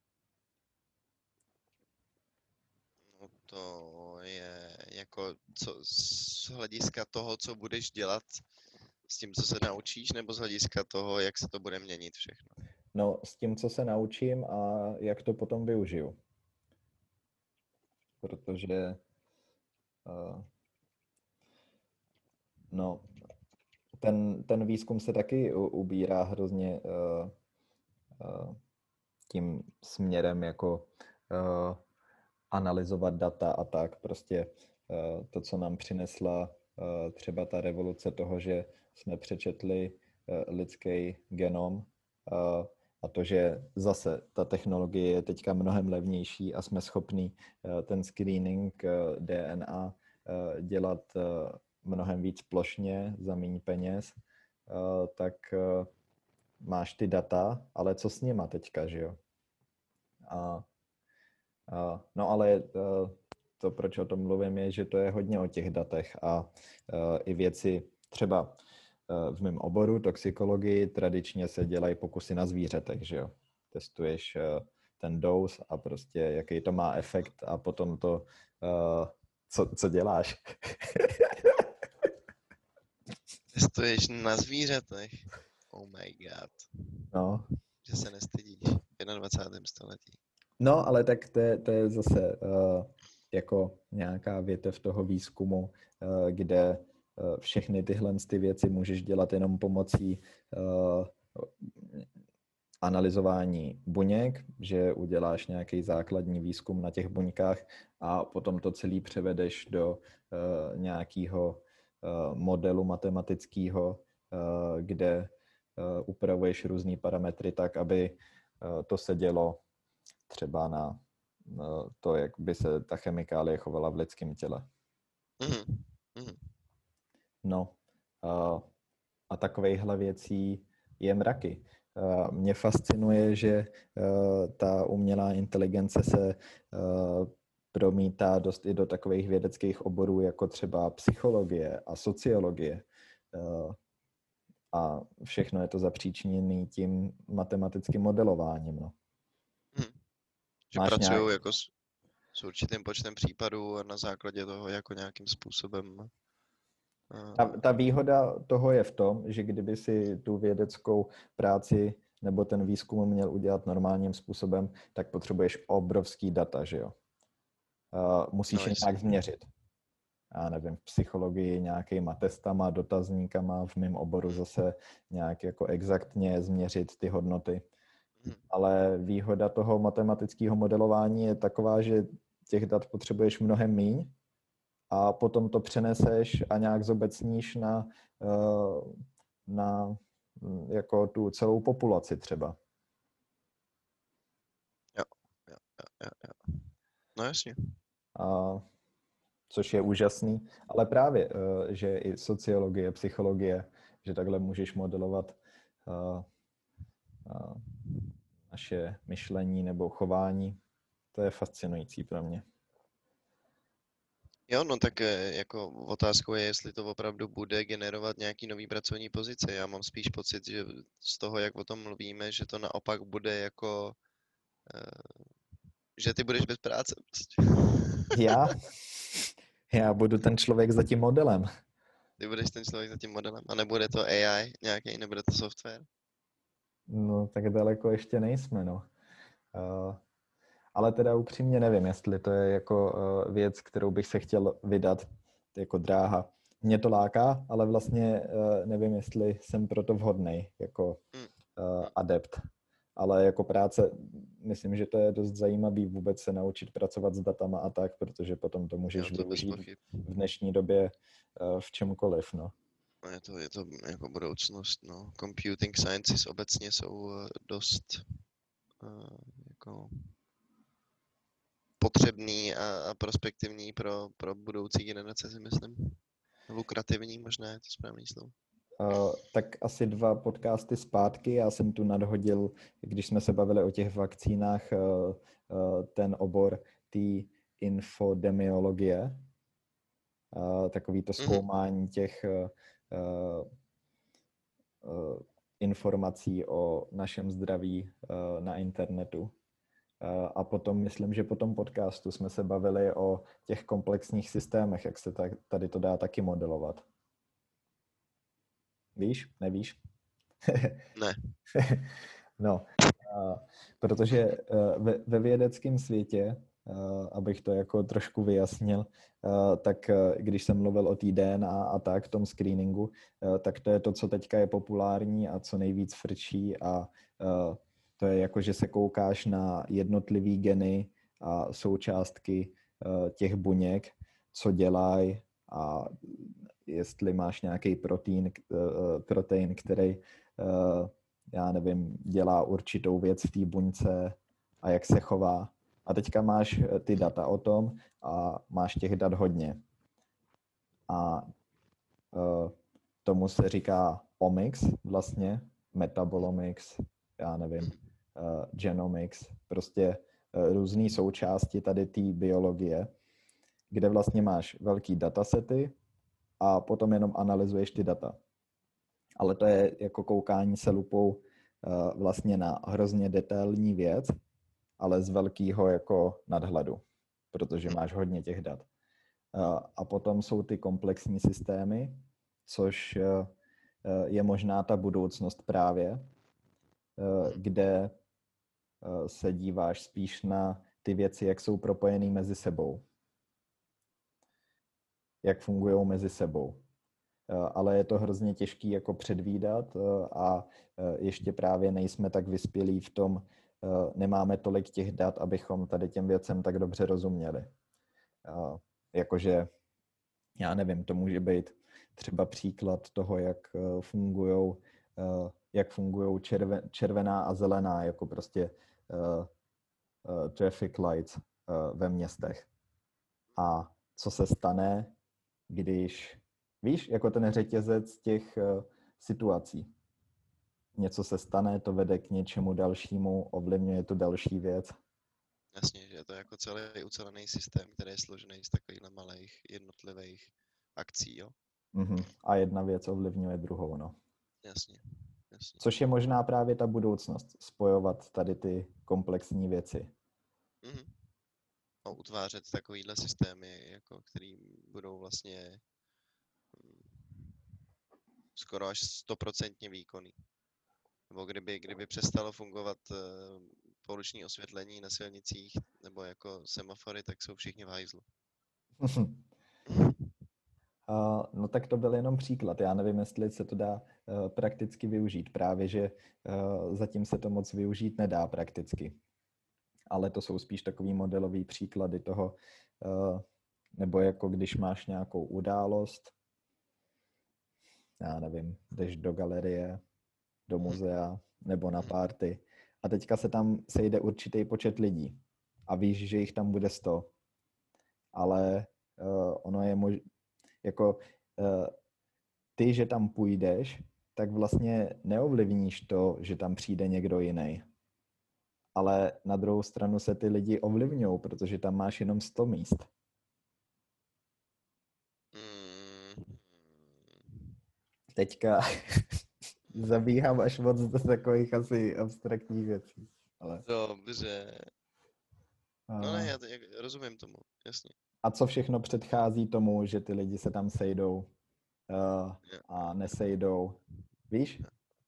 No to je jako co, z hlediska toho, co budeš dělat s tím, co se naučíš, nebo z hlediska toho, jak se to bude měnit všechno? No, s tím, co se naučím a jak to potom využiju. Protože uh, no, ten, ten výzkum se taky u, ubírá hrozně uh, uh, tím směrem jako uh, analyzovat data a tak. Prostě uh, to, co nám přinesla uh, třeba ta revoluce toho, že jsme přečetli uh, lidský genom uh, a to, že zase ta technologie je teďka mnohem levnější a jsme schopni uh, ten screening uh, D N A uh, dělat uh, mnohem víc plošně za méně peněz, uh, tak uh, máš ty data, ale co s nima teďka, že jo? A, a, no ale to, proč o tom mluvím, je, že to je hodně o těch datech a i věci, třeba v mém oboru toxikologii tradičně se dělají pokusy na zvířatech, že jo? Testuješ ten dose a prostě jaký to má efekt a potom to, co, co děláš? Testuješ na zvířatech? Oh my god. No. Že se nestydíš v dvacátém prvním století. No, ale tak to je, to je zase uh, jako nějaká větev toho výzkumu, uh, kde uh, všechny tyhle ty věci můžeš dělat jenom pomocí uh, analyzování buněk, že uděláš nějaký základní výzkum na těch buňkách a potom to celý převedeš do uh, nějakého uh, modelu matematického, uh, kde uh, upravuješ různé parametry tak, aby uh, to se dělo třeba na uh, to, jak by se ta chemikálie chovala v lidském těle. Mm-hmm. Mm-hmm. No uh, a takovejhle věcí je mraky. Mě fascinuje, že ta umělá inteligence se promítá dost i do takových vědeckých oborů, jako třeba psychologie a sociologie. A všechno je to zapříčiněné tím matematickým modelováním. No. Hmm. Že Máš pracují nějak... jako s, s určitým počtem případů a na základě toho jako nějakým způsobem... Ta, ta výhoda toho je v tom, že kdyby si tu vědeckou práci nebo ten výzkum měl udělat normálním způsobem, tak potřebuješ obrovský data, že jo? Uh, musíš no, je nějak změřit. Já nevím, v psychologii nějakýma testama, dotazníkama, v mém oboru zase nějak jako exaktně změřit ty hodnoty. hmm. Ale výhoda toho matematického modelování je taková, že těch dat potřebuješ mnohem míň, a potom to přeneseš a nějak zobecníš na, na jako tu celou populaci třeba. Jo, jo, jo, jo. No jasně. A, což je úžasný, ale právě, že i sociologie, psychologie, že takhle můžeš modelovat a, a naše myšlení nebo chování, to je fascinující pro mě. Jo, no tak jako otázkou je, jestli to opravdu bude generovat nějaký nový pracovní pozice. Já mám spíš pocit, že z toho, jak o tom mluvíme, že to naopak bude jako, uh, že ty budeš bez práce prostě. Já? Já budu ten člověk za tím modelem. Ty budeš ten člověk za tím modelem a nebude to A I nějaký, nebude to software? No, tak daleko ještě nejsme, no. Uh... Ale teda upřímně nevím, jestli to je jako uh, věc, kterou bych se chtěl vydat jako dráha. Mě to láká, ale vlastně uh, nevím, jestli jsem proto vhodnej jako uh, adept. Ale jako práce, myslím, že to je dost zajímavý vůbec se naučit pracovat s datama a tak, protože potom to můžeš to využít v dnešní době uh, v čemkoliv, no. Je to, je to jako budoucnost, no. Computing sciences obecně jsou uh, dost uh, jako potřebný a, a prospektivní pro, pro budoucí generace, si myslím. Lukrativní možná je to správný slovo. Uh, tak asi dva podcasty zpátky, já jsem tu nadhodil, když jsme se bavili o těch vakcínách, uh, uh, ten obor té infodemiologie, uh, takový to zkoumání mm-hmm. těch uh, uh, informací o našem zdraví uh, na internetu. A potom, myslím, že po tom podcastu jsme se bavili o těch komplexních systémech, jak se tady to dá taky modelovat. Víš? Nevíš? Ne. No, protože ve, ve vědeckém světě, abych to jako trošku vyjasnil, tak když jsem mluvil o té D N A a tak, tom screeningu, tak to je to, co teďka je populární a co nejvíc frčí a to je jako, že se koukáš na jednotlivý geny a součástky těch buněk, co dělají a jestli máš nějaký protein, protein, který, já nevím, dělá určitou věc v té buňce a jak se chová. A teďka máš ty data o tom a máš těch dat hodně. A tomu se říká omics vlastně, metabolomics, já nevím, uh, genomics, prostě uh, různé součásti tady té biologie, kde vlastně máš velký datasety a potom jenom analyzuješ ty data. Ale to je jako koukání se lupou uh, vlastně na hrozně detailní věc, ale z velkého jako nadhledu, protože máš hodně těch dat. Uh, a potom jsou ty komplexní systémy, což uh, je možná ta budoucnost právě, uh, kde uh, se díváš spíš na ty věci, jak jsou propojený mezi sebou. Jak fungují mezi sebou. Ale je to hrozně těžký jako předvídat a ještě právě nejsme tak vyspělí v tom, nemáme tolik těch dat, abychom tady těm věcem tak dobře rozuměli. Jakože, já nevím, to může být třeba příklad toho, jak fungují jak fungují červen, červená a zelená, jako prostě uh, uh, traffic lights uh, ve městech. A co se stane, když, víš, jako ten řetězec těch uh, situací. Něco se stane, to vede k něčemu dalšímu, ovlivňuje tu další věc. Jasně, že je to jako celý ucelený systém, který je složený z takových malých jednotlivých akcí, jo? Mm-hmm. A jedna věc ovlivňuje druhou, no. Jasně, jasně. Což je možná právě ta budoucnost, spojovat tady ty komplexní věci. Mm-hmm. A utvářet takovýhle systémy, jako který budou vlastně skoro až stoprocentně výkonný. Nebo kdyby, kdyby přestalo fungovat uh, pouliční osvětlení na silnicích nebo jako semafory, tak jsou všichni v hajzlu. uh, no tak to byl jenom příklad. Já nevím, jestli se to dá uh, prakticky využít. Právě, že uh, zatím se to moc využít nedá prakticky. Ale to jsou spíš takový modelový příklady toho, uh, nebo jako když máš nějakou událost, já nevím, jdeš do galerie, do muzea nebo na party a teďka se tam sejde určitý počet lidí a víš, že jich tam bude sto. Ale uh, ono je mož... jako uh, ty, že tam půjdeš, tak vlastně neovlivníš to, že tam přijde někdo jiný. Ale na druhou stranu se ty lidi ovlivňují, protože tam máš jenom sto míst. Teďka zabíhám až moc do takových asi abstraktních věcí. Ale... Dobře. No ne, já, já rozumím tomu, jasně. A co všechno předchází tomu, že ty lidi se tam sejdou uh, a nesejdou, víš?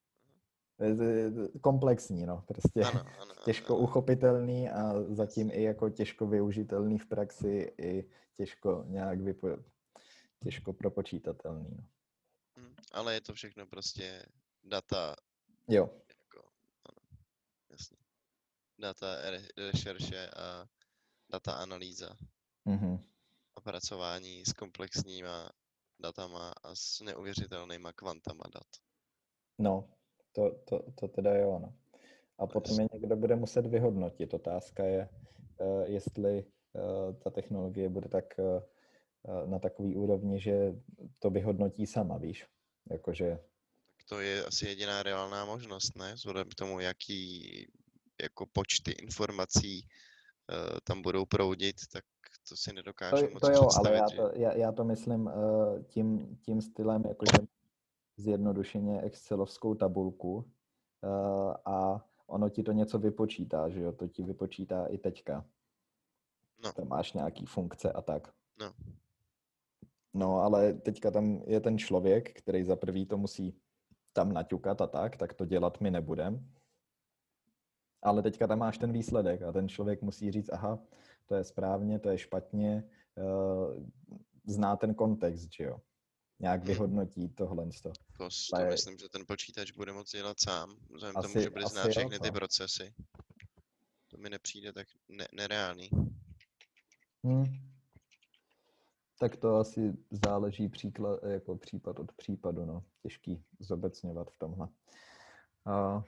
Komplexní, no, prostě ano, ano, těžko ano. uchopitelný a zatím i jako těžko využitelný v praxi i těžko nějak vypo... těžko propočítatelný, no. Hmm, ale je to všechno prostě data. Jo. Jako, ano, jasně. Data re- rešerše a data analýza. Mm-hmm. A pracování s komplexníma datama a s neuvěřitelnýma kvantama dat. No, to, to, to teda jo, no. A potom je někdo bude muset vyhodnotit. Otázka je, uh, jestli uh, ta technologie bude tak uh, na takový úrovni, že to vyhodnotí sama, víš? Jakože... Tak to je asi jediná reálná možnost, ne? Vzhledem k tomu, jaký jako počty informací uh, tam budou proudit, tak to si nedokážu to, moc to jo, představit. ale já že... to, já, já to myslím uh, tím, tím stylem, jakože zjednodušeně excelovskou tabulku uh, a ono ti to něco vypočítá, že jo? To ti vypočítá i teďka. No. Tam máš nějaký funkce a tak. No. No, ale teďka tam je ten člověk, který za prvý to musí tam naťukat a tak, tak to dělat my nebudem. Ale teďka tam máš ten výsledek a ten člověk musí říct, aha, to je správně, to je špatně, uh, zná ten kontext, že jo. Nějak vyhodnotí tohle. To, to myslím, že ten počítač bude moct dělat sám, vzhledem asi, tomu, že bude znát všechny jo, ty procesy. To mi nepřijde tak ne- nereálný. Hmm. Tak to asi záleží příklad, jako případ od případu, no. Těžký zobecňovat v tomhle. Uh,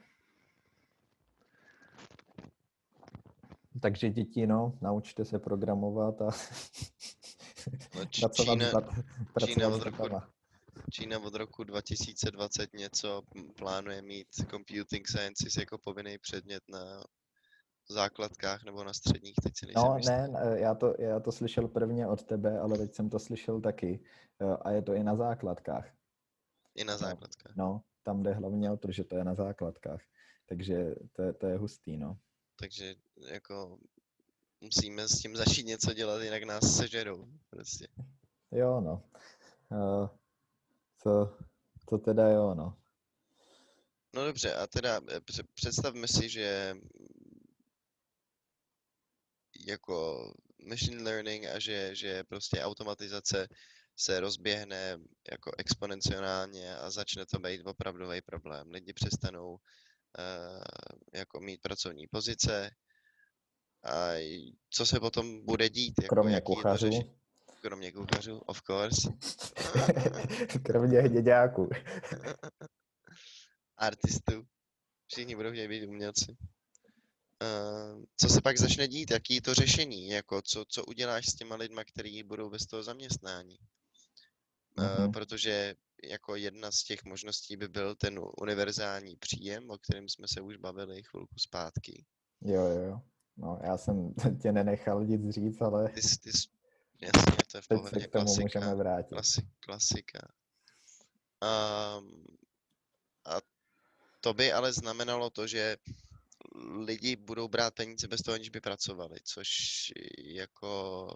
takže děti, no, naučte se programovat a no, pracovat Čína, s dat, pracovat Čína s od roku, datama. Čína od roku dva tisíce dvacet něco plánuje mít computing sciences jako povinný předmět na základkách nebo na středních, teď si nejsem No jistý. ne, já to, já to slyšel prvně od tebe, ale teď jsem to slyšel taky. A je to i na základkách. I na základkách. No, tam jde hlavně o to, že to je na základkách. Takže to, je- to je hustý, no. Takže jako musíme s tím začít něco dělat, jinak nás sežerou. Prostě. Jo, no. Uh, to, to teda jo, no. No dobře, a teda představme si, že jako machine learning a že, že prostě automatizace se rozběhne jako exponenciálně a začne to být opravdový problém. Lidi přestanou uh, jako mít pracovní pozice a co se potom bude dít? Jako, Kromě jaký je to kuchařů. řešení? Kromě kuchařů, of course. Kromě hněďáků. Artistů. Všichni budou chtět být umělci. Uh, co se pak začne dít? Jaký je to řešení? Jako, co, co uděláš s těma lidma, kteří budou bez toho zaměstnání? Uh, Mhm. protože jako jedna z těch možností by byl ten univerzální příjem, o kterém jsme se už bavili chvilku zpátky. Jo, jo, jo. No, já jsem tě nenechal nic říct, ale Ty, jsi- ty, jsi- jasně, to je v teď se pohodě, k tomu klasika. můžeme vrátit. Klasik, klasika. Um, a to by ale znamenalo to, že lidi budou brát peníze bez toho, aniž by pracovali, což jako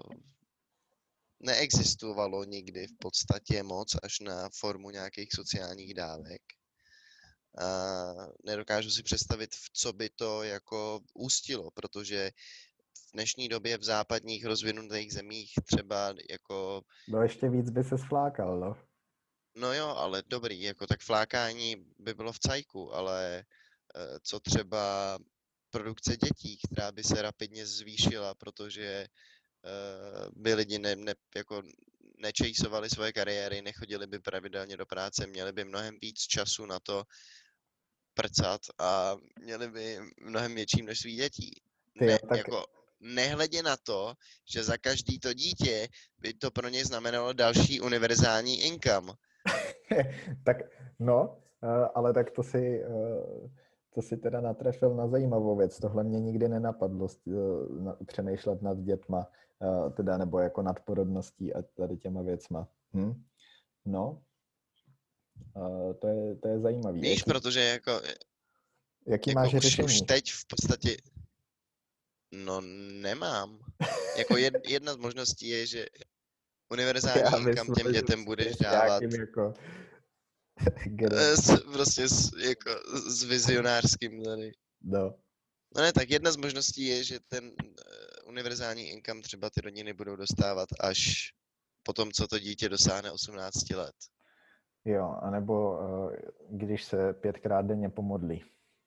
neexistovalo nikdy v podstatě moc až na formu nějakých sociálních dávek. A nedokážu si představit, v co by to jako ústilo, protože v dnešní době v západních rozvinutých zemích třeba jako... No ještě víc by se sflákal, no. No jo, ale dobrý, jako tak flákání by bylo v cajku, ale eh, co třeba produkce dětí, která by se rapidně zvýšila, protože uh, by lidi ne, ne, jako nečejsovali svoje kariéry, nechodili by pravidelně do práce, měli by mnohem víc času na to prcat a měli by mnohem větší množství dětí. Ty Ne, jo, tak jako, nehledě na to, že za každý to dítě by to pro ně znamenalo další univerzální income. tak no, eh, ale tak to si, eh, to si teda natrefil na zajímavou věc. Tohle mě nikdy nenapadlo eh, na- přemýšlet nad dětma, eh, teda nebo jako nad porodností a tady těma věcma. Hm? No, eh, to je, to je zajímavý. Víš, Jaký, protože jako, jaký jako máš už, řešení? už teď v podstatě, no nemám. Jako jed, jedna z možností je, že univerzální Já income těm myslím, že dětem budeš s dávat nějakým jako eh, s, prostě s, jako, s vizionářským tady. no. No ne, tak jedna z možností je, že ten uh, univerzální income třeba ty rodiny budou dostávat až po tom, co to dítě dosáhne osmnácti let. Jo, anebo uh, když se pětkrát denně pomodlí.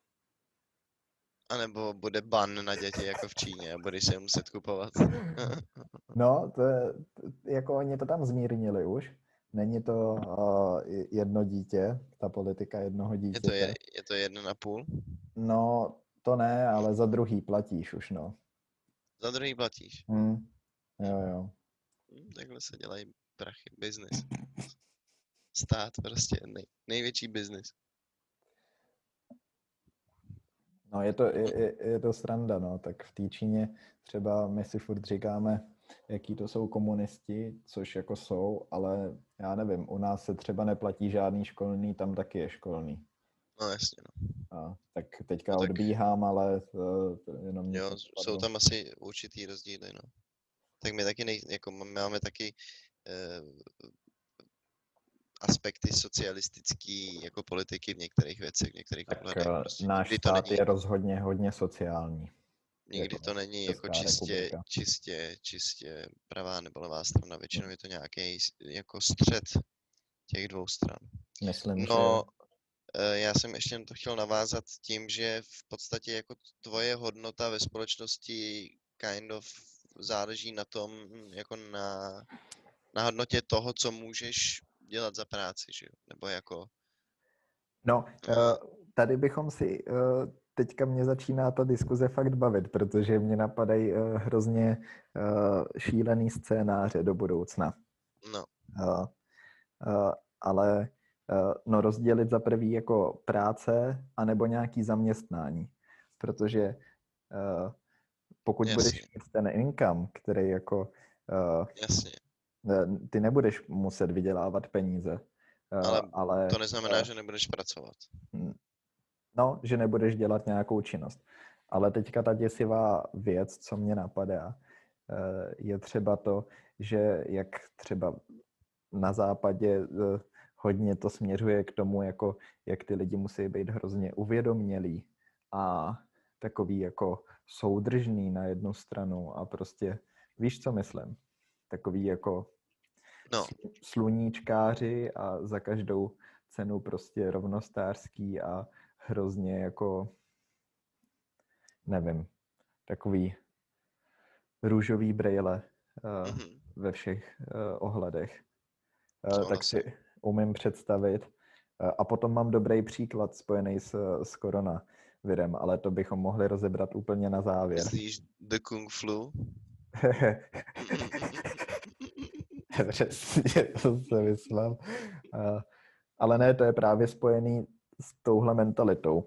A nebo bude ban na děti jako v Číně a budeš se je muset kupovat. No, to je, jako oni to tam zmírnili už. Není to uh, jedno dítě, ta politika jednoho Je dítěte. to, je, je to jeden a půl? No, to ne, ale za druhý platíš už, no. Za druhý platíš. Hmm. Jo, jo. Hm, takhle se dělají prachy, business. Stát prostě nej, největší business. No, je to, je, je, je to sranda, no. Tak v té Číně třeba my si furt říkáme, jaký to jsou komunisti, což jako jsou, ale já nevím, u nás se třeba neplatí žádný školný, tam taky je školný. No jasně, no. A, tak teďka No tak- odbíhám, ale uh, jenom mě Jo, to jsou spadlo. tam asi určitý rozdíly, no. Tak my taky, nej, jako máme taky eh, aspekty socialistický jako politiky v některých věcech, v některých Tak ohledech. uh, Prostě náš nikdy to stát není, je rozhodně hodně sociální. nikdy jako to není jako Česká čistě, republika. čistě, čistě pravá nebo levá strana. Většinou je to nějaký jako střed těch dvou stran. Myslím, No, že eh, já jsem ještě na to chtěl navázat tím, že v podstatě jako tvoje hodnota ve společnosti kind of záleží na tom, jako na, na hodnotě toho, co můžeš dělat za práci, že jo? Nebo jako... no, eh, uh, tady bychom si, uh, teďka mě začíná ta diskuze fakt bavit, protože mě napadají uh, hrozně uh, šílený scénáře do budoucna. no, Uh, uh, ale uh, no rozdělit za prvý jako práce anebo nějaký zaměstnání, protože uh, pokud budeš Jasně, mít ten income, který jako uh, jasně. ty nebudeš muset vydělávat peníze, uh, Ale ale to neznamená, že nebudeš pracovat. uh, no, že nebudeš dělat nějakou činnost. Ale teďka ta děsivá věc, co mě napadá, je třeba to, že jak třeba na západě hodně to směřuje k tomu, jako jak ty lidi musí být hrozně uvědomělí a takový jako soudržný na jednu stranu a prostě víš, co myslím? Takový jako No. sluníčkáři a za každou cenu prostě rovnostářský a hrozně jako nevím, takový růžový brejle uh, mm-hmm. ve všech uh, ohledech. Uh, tak si se. umím představit. Uh, a potom mám dobrý příklad spojený s, s koronavirem, ale to bychom mohli rozebrat úplně na závěr. Myslíš The Kung Flu? Přesně, to jsem myslel. Uh, ale ne, to je právě spojený s touhle mentalitou.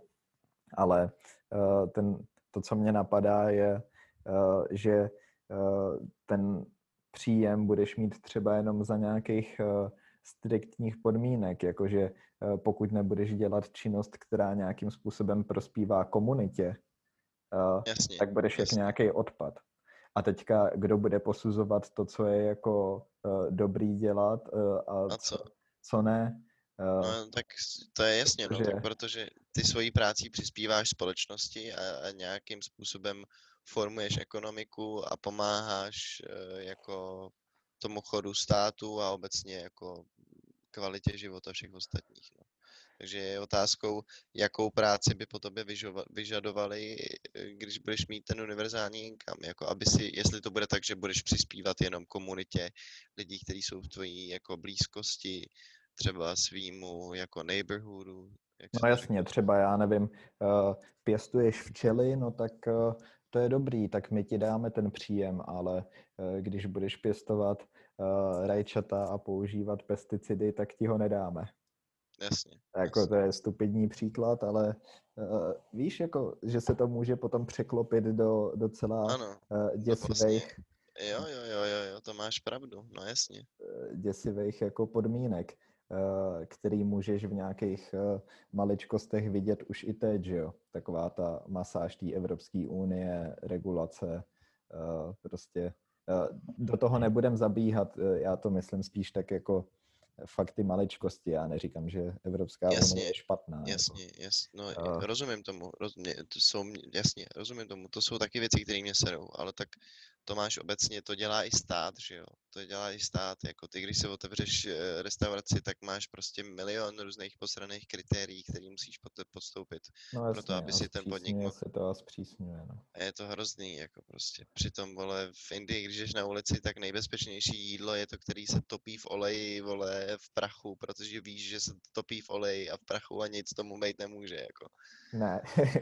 Ale uh, ten, to, co mě napadá, je, uh, že uh, ten příjem budeš mít třeba jenom za nějakých uh, striktních podmínek, jakože uh, pokud nebudeš dělat činnost, která nějakým způsobem prospívá komunitě, uh, jasně, tak budeš jasně. jak nějaký odpad. A teďka, kdo bude posuzovat to, co je jako uh, dobrý dělat uh, a, a co? co, co ne? Uh, no tak to je jasně, protože... no, tak protože ty svojí prácí přispíváš společnosti a, a nějakým způsobem formuješ ekonomiku a pomáháš uh, jako tomu chodu státu a obecně jako kvalitě života všech ostatních. No. Takže je otázkou, jakou práci by po tobě vyžadovali, když budeš mít ten univerzální income. Jako aby si, jestli to bude tak, že budeš přispívat jenom komunitě lidí, kteří jsou v tvojí jako blízkosti, třeba svýmu jako neighborhoodu. Jak no jasně, říká? Třeba já nevím, uh, pěstuješ včely, no tak uh, to je dobrý, tak my ti dáme ten příjem, ale uh, když budeš pěstovat uh, rajčata a používat pesticidy, tak ti ho nedáme. Jasně. Jako jasně. to je stupidní příklad, ale uh, víš, jako, že se to může potom překlopit do docela ano, uh, děsivých... Vlastně, jo, jo, jo, jo, jo, to máš pravdu, no jasně. Uh, děsivých jako podmínek, uh, který můžeš v nějakých uh, maličkostech vidět už i teď, že jo? Taková ta masáž té Evropské unie, regulace, uh, prostě uh, do toho nebudem zabíhat, uh, já to myslím spíš tak jako fakt ty maličkosti, já neříkám, že Evropská jasně, unie je špatná. Jasně, jako. jasně, no uh, rozumím tomu, rozumím, to jsou, jasně, rozumím tomu, to jsou taky věci, které mě serou, ale tak to máš obecně, to dělá i stát, že jo, to dělá i stát, jako ty, když si otevřeš restauraci, tak máš prostě milion různých posraných kritérií, které musíš podstoupit, no jasně, proto, aby si ten podnik mohl. se to a zpřísňuje, no. A je to hrozný, jako prostě. Přitom, vole, v Indii, když jdeš na ulici, tak nejbezpečnější jídlo je to, který se topí v oleji, vole, v prachu, protože víš, že se topí v oleji a v prachu a nic tomu být nemůže, jako. Ne.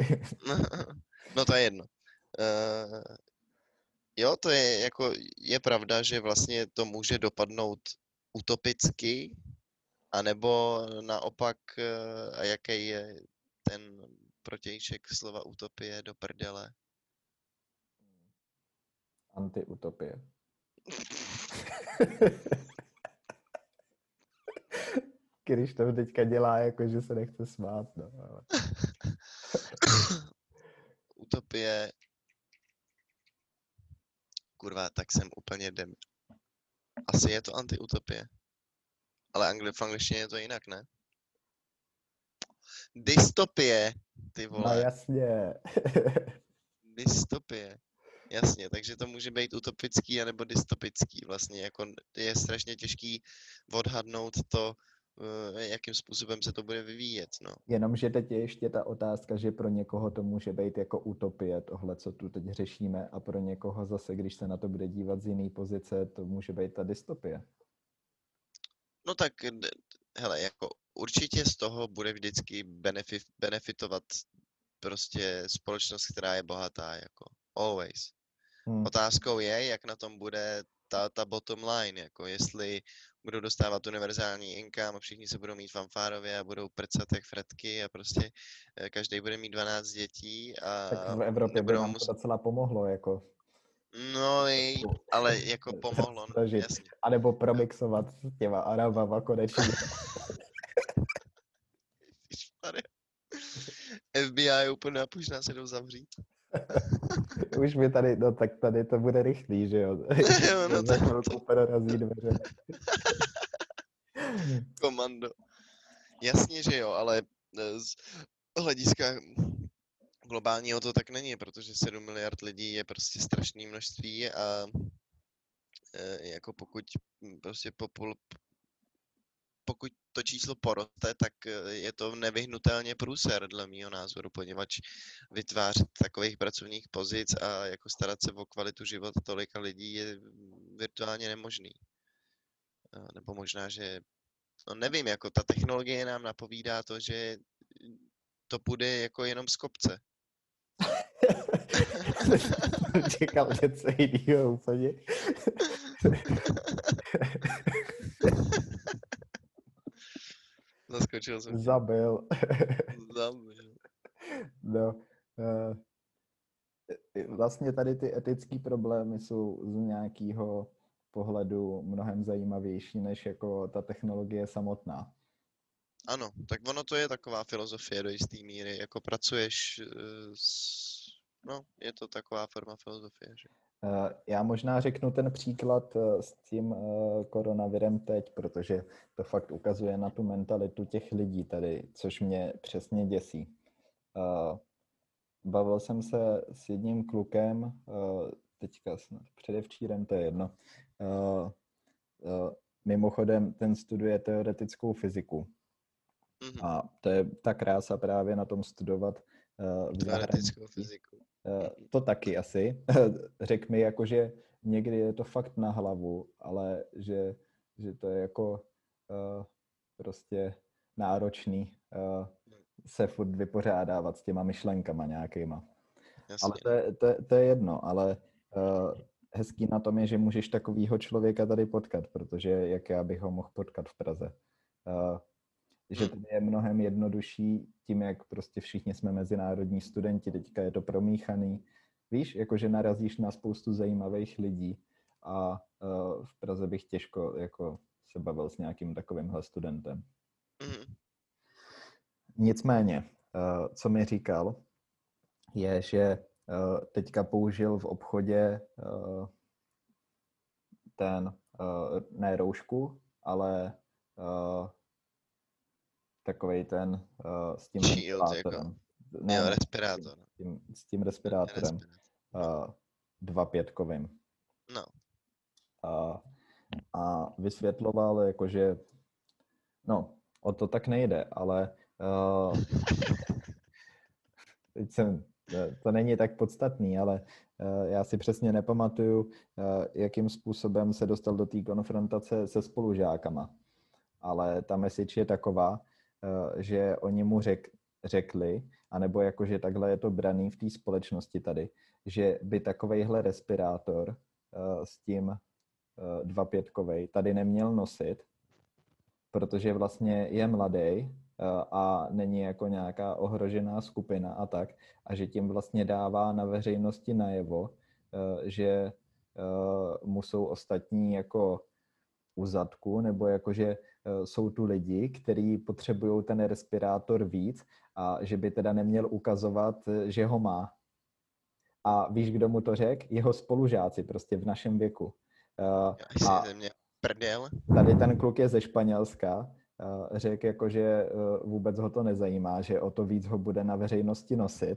No to je jedno. Uh, jo, to je jako, je pravda, že vlastně to může dopadnout utopicky, anebo naopak, uh, a jaký je ten protějšek slova utopie do prdele? Antiutopie. Když to teďka dělá, jako že se nechce smát, no. Ale... Utopie... Kurva, tak jsem úplně dem. Asi je to antiutopie. Ale angli, v angličtině je to jinak, ne? Dystopie, ty vole. No jasně. Dystopie. Jasně, takže to může být utopický anebo dystopický. Vlastně jako je strašně těžký odhadnout to, jakým způsobem se to bude vyvíjet, no. Jenomže teď je ještě ta otázka, že pro někoho to může být jako utopie, tohle, co tu teď řešíme, a pro někoho zase, když se na to bude dívat z jiný pozice, to může být ta dystopie. No tak, hele, jako určitě z toho bude vždycky benefit, benefitovat prostě společnost, která je bohatá, jako always. Hmm. Otázkou je, jak na tom bude ta, ta bottom line, jako jestli budou dostávat univerzální income a všichni se budou mít fanfárově a budou prcat jak fretky a prostě každý bude mít dvanáct dětí a Tak v Evropě by nebudou nám to muset... docela pomohlo, jako No, i- ale jako pomohlo, no, snažit. jasně. A nebo promixovat s těma Arabama konečně. Ježišmarja. F B I úplně napušná se jdou zavřít. Už mi tady, no tak tady to bude rychlý, že jo? Jo, no Za to- chvilku prorazí dveře. Komando. Jasně, že jo, ale eh, z hlediska globálního to tak není, protože sedm miliard lidí je prostě strašné množství a eh, jako pokud hm, prostě popul, pokud to číslo poroste, tak eh, je to nevyhnutelně průser, dle mýho názoru, poněvadž vytvářet takových pracovních pozic a jako starat se o kvalitu života tolika lidí je virtuálně nemožný. Eh, Nebo možná, že, no nevím, jako ta technologie nám napovídá to, že to půjde jako jenom z kopce. Čekal něco jiného úplně. Zaskočil jsem tě. Zabil. Zabil. No, uh, vlastně tady ty etické problémy jsou z nějakého pohledu mnohem zajímavější než jako ta technologie samotná. Ano, tak ono to je taková filozofie do jisté míry, jako pracuješ eh, s... No, je to taková forma filozofie, že? Uh, já možná řeknu ten příklad uh, s tím uh, koronavirem teď, protože to fakt ukazuje na tu mentalitu těch lidí tady, což mě přesně děsí. Uh, bavil jsem se s jedním klukem, uh, teďka snad předevčírem, to je jedno. Uh, uh, mimochodem, ten studuje teoretickou fyziku. Mhm. A to je ta krása právě na tom studovat uh, v Teoretickou zahraničí. fyziku. Uh, to taky asi. Řekl mi jako, že někdy je to fakt na hlavu, ale že, že to je jako uh, prostě náročný uh, se furt vypořádávat s těma myšlenkama nějakýma. Jasně. Ale to je, to, je, to je jedno, ale uh, hezký na tom je, že můžeš takovýho člověka tady potkat, protože jak já bych ho mohl potkat v Praze. Uh, že to je mnohem jednodušší tím, jak prostě všichni jsme mezinárodní studenti, teďka je to promíchaný. Víš, jakože narazíš na spoustu zajímavých lidí a uh, v Praze bych těžko jako se bavil s nějakým takovýmhle studentem. Mhm. Nicméně, uh, co mi říkal, je, že uh, teďka použil v obchodě uh, ten, uh, ne roušku, ale uh, takovej ten uh, s tím Shield, ventilátorem. jako. Ne, Jo, ne, respirátor. S tím, s tím respirátorem. Respirátor. Uh, dva pětkovým. No. Uh, a vysvětloval, jakože, no, o to tak nejde, ale uh, teď jsem, to není tak podstatný, ale uh, já si přesně nepamatuju, uh, jakým způsobem se dostal do té konfrontace se spolužákama. Ale ta message je taková, uh, že oni mu řek, řekli, anebo jakože takhle je to braný v té společnosti tady, že by takovejhle respirátor uh, s tím uh, dvapětkovej tady neměl nosit, protože vlastně je mladý uh, a není jako nějaká ohrožená skupina a tak, a že tím vlastně dává na veřejnosti najevo, uh, že uh, mu jsou ostatní jako u zadku, nebo jakože uh, jsou tu lidi, kteří potřebují ten respirátor víc a že by teda neměl ukazovat, že ho má. A víš, kdo mu to řekl? Jeho spolužáci prostě v našem věku. Uh, a prdel. Tady ten kluk je ze Španělska, uh, řekl jako, že uh, vůbec ho to nezajímá, že o to víc ho bude na veřejnosti nosit.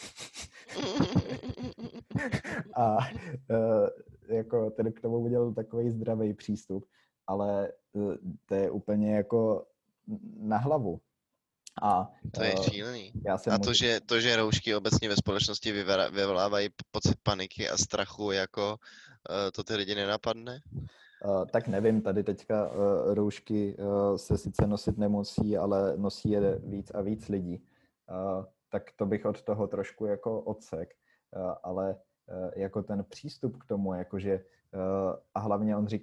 A uh, jako ten k tomu udělal takový zdravý přístup, ale uh, to je úplně jako na hlavu. A, to je uh, šílený. Já jsem a mu... to, že, to, že roušky obecně ve společnosti vyvolávají pocit paniky a strachu, jako uh, to ty lidi nenapadne? Uh, tak nevím, tady teďka uh, roušky uh, se sice nosit nemusí, ale nosí je víc a víc lidí. Uh, tak to bych od toho trošku jako odsek. Uh, ale uh, jako ten přístup k tomu, jakože uh, a hlavně on říkal,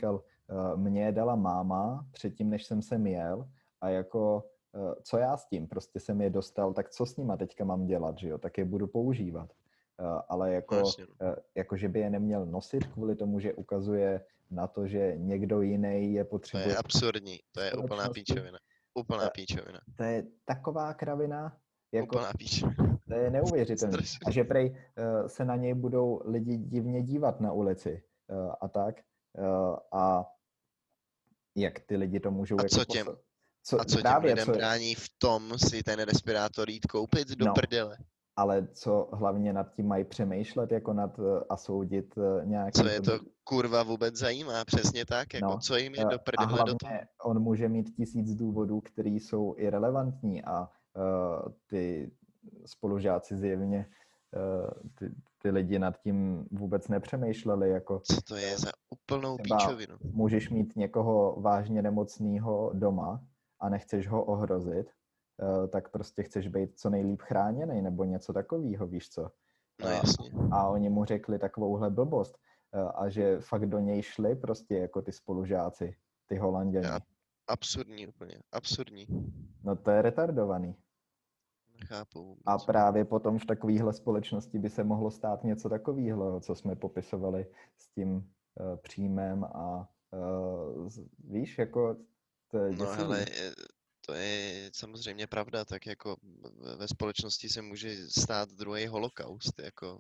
uh, mě je dala máma předtím, než jsem sem jel a jako uh, co já s tím? Prostě jsem je dostal, tak co s nima teďka mám dělat, že jo? Tak je budu používat. Uh, ale No jako, jasně, no. uh, jako, že by je neměl nosit kvůli tomu, že ukazuje na to, že někdo jiný je To potřebuje je absurdní, to je úplná společnosti. píčovina. Úplná píčovina. To je taková kravina, jako Úplná píčovina. to je neuvěřitelné. Strašně. A že prej uh, se na něj budou lidi divně dívat na ulici uh, a tak. Uh, a jak ty lidi to můžou A jako co těm, posl- co, a co těm právě, lidem co, brání v tom si ten respirátor jít koupit do no, prdele? ale co hlavně nad tím mají přemýšlet jako nad uh, a soudit uh, nějaký... Co je to kurva vůbec zajímá? Přesně tak, jako No, co jim je uh, do a prdele hlavně do toho? on může mít tisíc důvodů, které jsou irrelevantní a uh, ty spolužáci zjevně uh, ty, ty lidi nad tím vůbec nepřemýšleli. Jako, Co to je za úplnou třeba píčovinu? můžeš mít někoho vážně nemocného doma a nechceš ho ohrozit, uh, tak prostě chceš být co nejlíp chráněný nebo něco takového, víš co? No jasně. A oni mu řekli takovouhle blbost uh, a že fakt do něj šli prostě jako ty spolužáci, ty Holanděni. Já, absurdní úplně, absurdní. No to je retardovaný. Nechápu vůbec. A právě potom v takovéhle společnosti by se mohlo stát něco takového, co jsme popisovali s tím uh, příjmem a uh, víš, jako to je No děsivý. hele, to je samozřejmě pravda, tak jako ve společnosti se může stát druhý holokaust, jako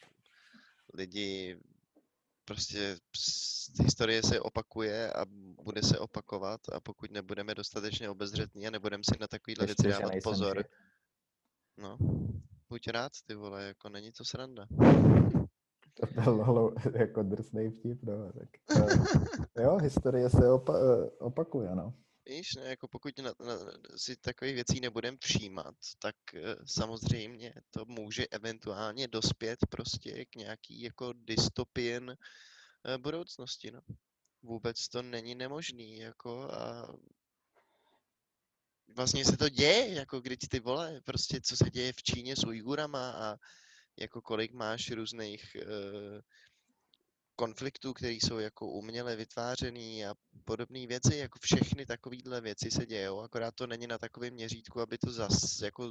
lidi prostě historie se opakuje a bude se opakovat a pokud nebudeme dostatečně obezřetní a nebudeme si na takovýhle Ještě, věci že dávat nejsem pozor, žid. no, buď rád, ty vole, jako není to sranda. To byl holo, jako drsnej vtip, no, tak uh, jo, historie se opa- uh, opakuje, no. Víš, ne, jako pokud na, na, si takových věcí nebudeme všímat, tak uh, samozřejmě to může eventuálně dospět prostě k nějaký jako dystopien uh, budoucnosti, no. Vůbec to není nemožný, jako a vlastně se to děje, jako když ty vole, prostě co se děje v Číně s Ujgurama a jako kolik máš různých uh, konfliktů, které jsou jako uměle vytvářený a podobné věci, jako všechny takovéhle věci se dějou, akorát to není na takovém měřítku, aby to zas jako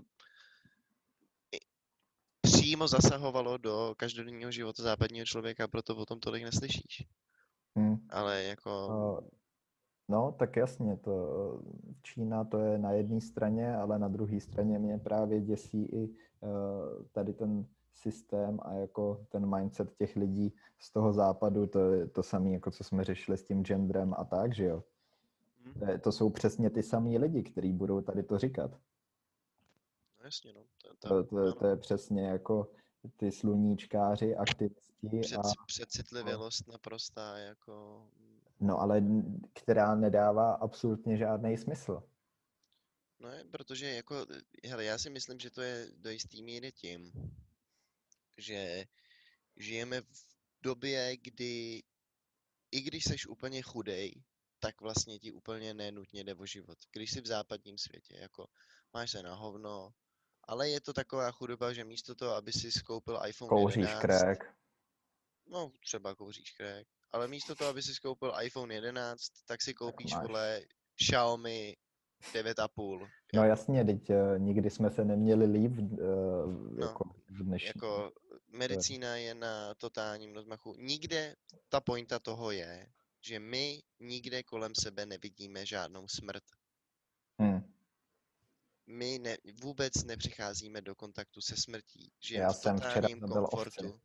přímo zasahovalo do každodenního života západního člověka, proto o tom tolik neslyšíš. Hmm. Ale jako... Uh, no, tak jasně, to Čína to je na jedné straně, ale na druhé straně mě právě děsí i uh, tady ten systém a jako ten mindset těch lidí z toho západu, to je to samé, jako co jsme řešili s tím genderem a tak, že jo? Hmm. To, je, to jsou přesně ty samý lidi, kteří budou tady to říkat. No jasně, no. To, to, To, to, to je přesně jako ty sluníčkáři, aktivisti Před, a... Přecitlivělost naprostá, jako... No ale která nedává absolutně žádný smysl. No je, protože jako, hele, já si myslím, že to je do jistý míry tím, že žijeme v době, kdy i když seš úplně chudej, tak vlastně ti úplně nenutně jde o život. Když jsi v západním světě, jako máš se na hovno, ale je to taková chudoba, že místo toho, aby si skoupil iPhone Kouříš jedenáct, crack. no třeba kouříš crack, ale místo toho, aby si skoupil iPhone jedenáct, tak si koupíš, máš. vole, Xiaomi devět a půl. No jako. jasně, teď uh, nikdy jsme se neměli líp uh, No, jako v dnešní. Jako medicína je na totálním rozmachu. Nikde ta pointa toho je, že my nikde kolem sebe nevidíme žádnou smrt. Hmm. My ne, vůbec nepřicházíme do kontaktu se smrtí. Žijeme Já v jsem včera totálním zabil komfortu.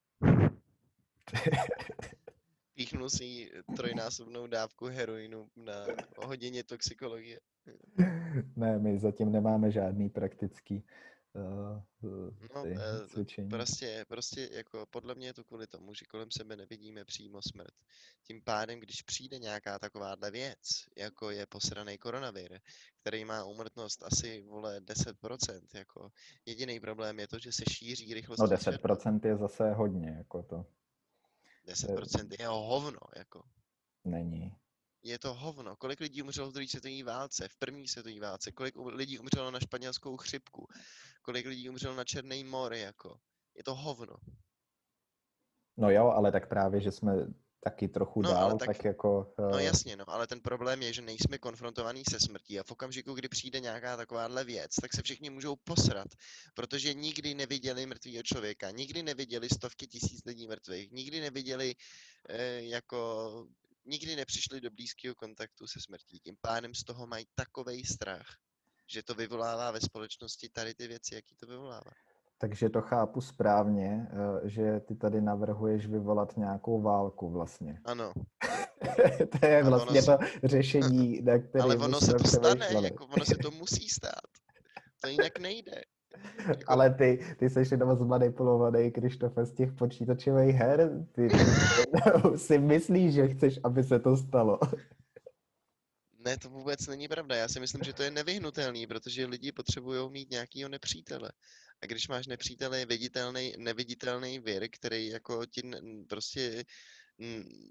Píchnul si trojnásobnou dávku heroinu na hodině toxikologie. Ne, my zatím nemáme žádný praktický uh, No, ty, eh, cvičení. prostě, prostě jako podle mě je to kvůli tomu, že kolem sebe nevidíme přímo smrt. Tím pádem, když přijde nějaká takováhle věc, jako je posraný koronavir, který má úmrtnost asi, vole, deset procent, jako jediný problém je to, že se šíří rychlostí No deset světla. procent je zase hodně, jako to. deset procent je hovno, jako. Není. Je to hovno. Kolik lidí umřelo v druhé světové válce, v první světové válce, kolik lidí umřelo na španělskou chřipku, kolik lidí umřelo na Černý mor, jako. Je to hovno. No jo, ale tak právě, že jsme taky trochu No, ale dál, tak, tak jako... no Uh, jasně, no, ale ten problém je, že nejsme konfrontovaní se smrtí a v okamžiku, kdy přijde nějaká takováhle věc, tak se všichni můžou posrat, protože nikdy neviděli mrtvýho člověka, nikdy neviděli stovky tisíc lidí mrtvých, nikdy neviděli eh, jako, nikdy nepřišli do blízkého kontaktu se smrtí. Tím pádem z toho mají takovej strach, že to vyvolává ve společnosti tady ty věci, jaký to vyvolává. takže to chápu správně, uh, že ty tady navrhuješ vyvolat nějakou válku vlastně. Ano. To je A ono vlastně se, to řešení, na ale kterým ono se jsme to stane, přemýšleli. jako ono se to musí stát. To jinak nejde. Jako, Ale ty, ty jsi jenom zmanipulovaný, Krištofe, z těch počítačových her. Ty, ty si myslíš, že chceš, aby se to stalo. ne, to vůbec není pravda. Já si myslím, že to je nevyhnutelný, protože lidi potřebují mít nějakýho nepřítele. A když máš nepřítele viditelný, neviditelný vir, který jako ti n- prostě n-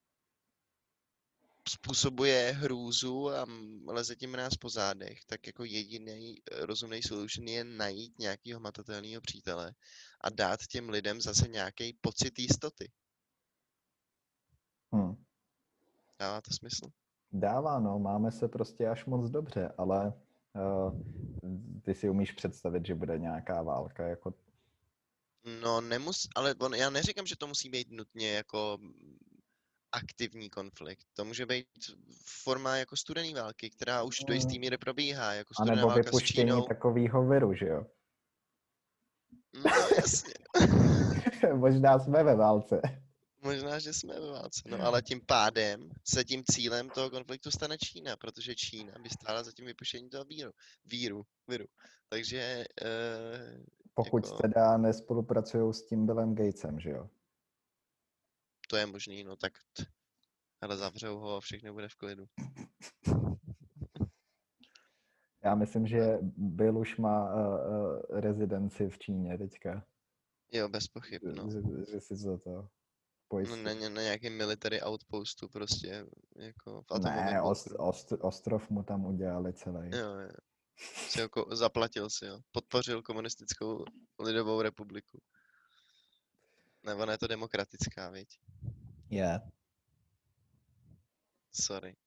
způsobuje hrůzu a m- leze tím nás po zádech, tak jako jediný rozumný solution je najít nějakého matatelného přítele a dát těm lidem zase nějaký pocit jistoty. Hm. Dává to smysl? Dává, no, máme se prostě až moc dobře, ale uh, ty si umíš představit, že bude nějaká válka, jako... No nemus, ale on, já neříkám, že to musí být nutně jako aktivní konflikt. To může být forma jako studené války, která už do jisté míry probíhá, jako A studená nebo válka s vypuštění Čínou. takového viru, že jo? No jasně. Možná jsme ve válce. Možná, že jsme ve válce, no ale tím pádem se tím cílem toho konfliktu stane Čína, protože Čína by stála za tím vypuštěním toho víru, víru, viru. Takže uh, Pokud jako, teda nespolupracují s tím Billem Gatesem, že jo? to je možný, no tak t, ale zavřou ho a všechno bude v klidu. Já myslím, že Bill už má uh, uh, rezidenci v Číně teďka. Jo, bez pochyb, no. Že, že si za to No, pojistí. na, ně- na nějakém military outpostu prostě, jako v atomovém Ne, ost, bunkru. ost, ostrov mu tam udělali celý. Jo, jo. Si ho ko- zaplatil si, jo. Podpořil komunistickou lidovou republiku. Nebo ona je to demokratická, viď? Je. Yeah. Sorry.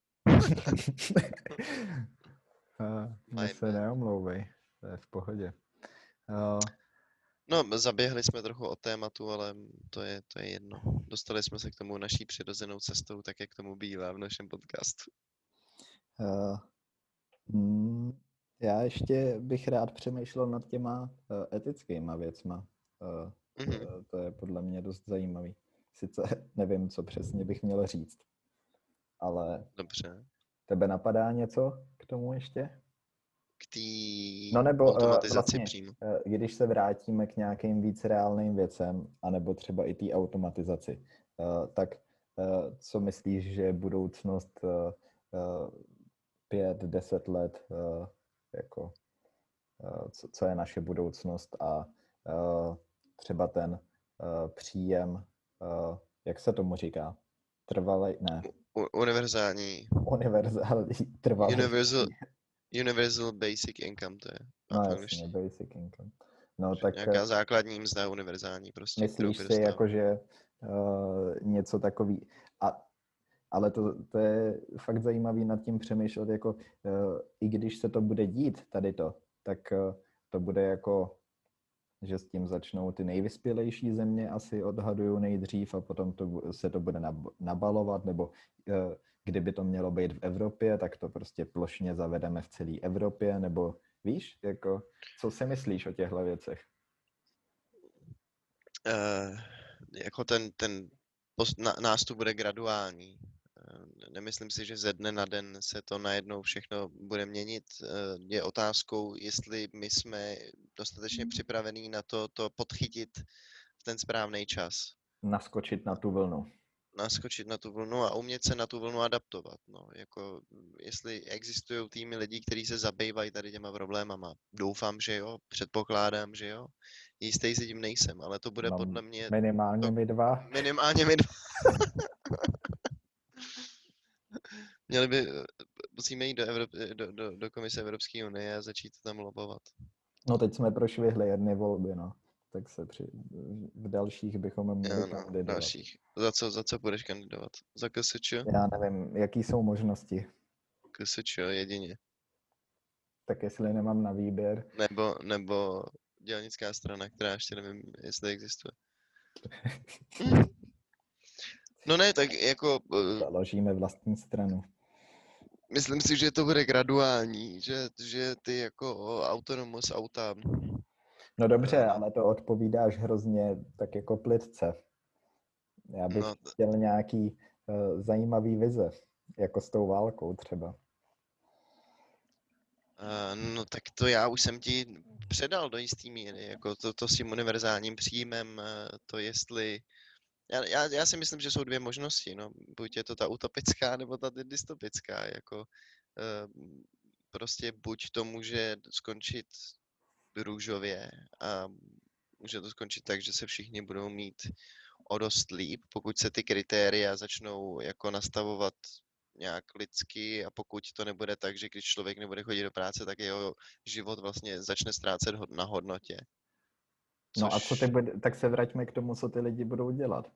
uh, mě se neomlouvej, to je v pohodě. Uh, No, zaběhli jsme trochu od tématu, ale to je, to je jedno. Dostali jsme se k tomu naší přirozenou cestou, tak jak tomu bývá v našem podcastu. Uh, mm, já ještě bych rád přemýšlel nad těma uh, etickýma věcma. Uh, Mm-hmm. to, to je podle mě dost zajímavý. Sice nevím, co přesně bych měl říct, ale Dobře. tebe napadá něco k tomu ještě? K té No nebo automatizaci uh, vlastně, přímo. uh, když se vrátíme k nějakým víc reálným věcem, anebo třeba i té automatizaci, uh, tak uh, co myslíš, že je budoucnost uh, uh, pět, deset let, uh, jako, uh, co, co je naše budoucnost a uh, třeba ten uh, příjem, uh, jak se tomu říká? Trvalej, ne. U- univerzální. Univerzální, trvalej. Universal, universal basic income, to je. No jasně, basic income. No, tak nějaká základní mzda univerzální prostě. Myslíš si, jako, že uh, něco takový, a, ale to, to je fakt zajímavý nad tím přemýšlet, jako uh, i když se to bude dít, tady to, tak uh, to bude jako, že s tím začnou ty nejvyspělejší země asi odhadují nejdřív a potom to, se to bude nabalovat, nebo uh, kdyby to mělo být v Evropě, tak to prostě plošně zavedeme v celé Evropě, nebo víš, jako, co si myslíš o těchto věcech? Uh, jako ten, ten post, na, nástup bude graduální. Uh, nemyslím si, že ze dne na den se to najednou všechno bude měnit. Uh, je otázkou, jestli my jsme dostatečně připravení na to, to podchytit v ten správný čas. Naskočit na tu vlnu. Naskočit na tu vlnu a umět se na tu vlnu adaptovat. No. Jako, jestli existují týmy lidí, kteří se zabývají tady těma problémama. Doufám, že jo, předpokládám, že jo. Jistý si tím nejsem, ale to bude No, podle mě... minimálně to, my dva. Minimálně my dva. Měli by, musíme jít do, Evropy, do, do, do Komise Evropské unie a začít tam lobovat. No teď jsme prošvihli jedny volby, no. tak se při, v dalších bychom měli Jo, no, kandidovat. dalších. Za co, za co budeš kandidovat? Za K S Č? Já nevím, jaký jsou možnosti. K S Č jedině. Tak jestli nemám na výběr. Nebo, nebo dělnická strana, která ještě nevím, jestli existuje. No ne, tak jako... Uh, Založíme vlastní stranu. myslím si, že to bude graduální, že, že ty jako autonomous auta... No dobře, uh, ale to odpovídáš hrozně tak jako plitce. Já bych no, chtěl nějaký uh, zajímavý vize, jako s tou válkou třeba. Uh, no tak to já už jsem ti předal do jistý míry, jako to, to s tím univerzálním příjmem, uh, to jestli... Já, já, já si myslím, že jsou dvě možnosti, no. Buď je to ta utopická, nebo ta dystopická, jako uh, prostě buď to může skončit růžově a může to skončit tak, že se všichni budou mít o dost líp, pokud se ty kritéria začnou jako nastavovat nějak lidsky a pokud to nebude tak, že když člověk nebude chodit do práce, tak jeho život vlastně začne ztrácet na hodnotě. Což... No a co ty bude, tak se vraťme k tomu, co ty lidi budou dělat.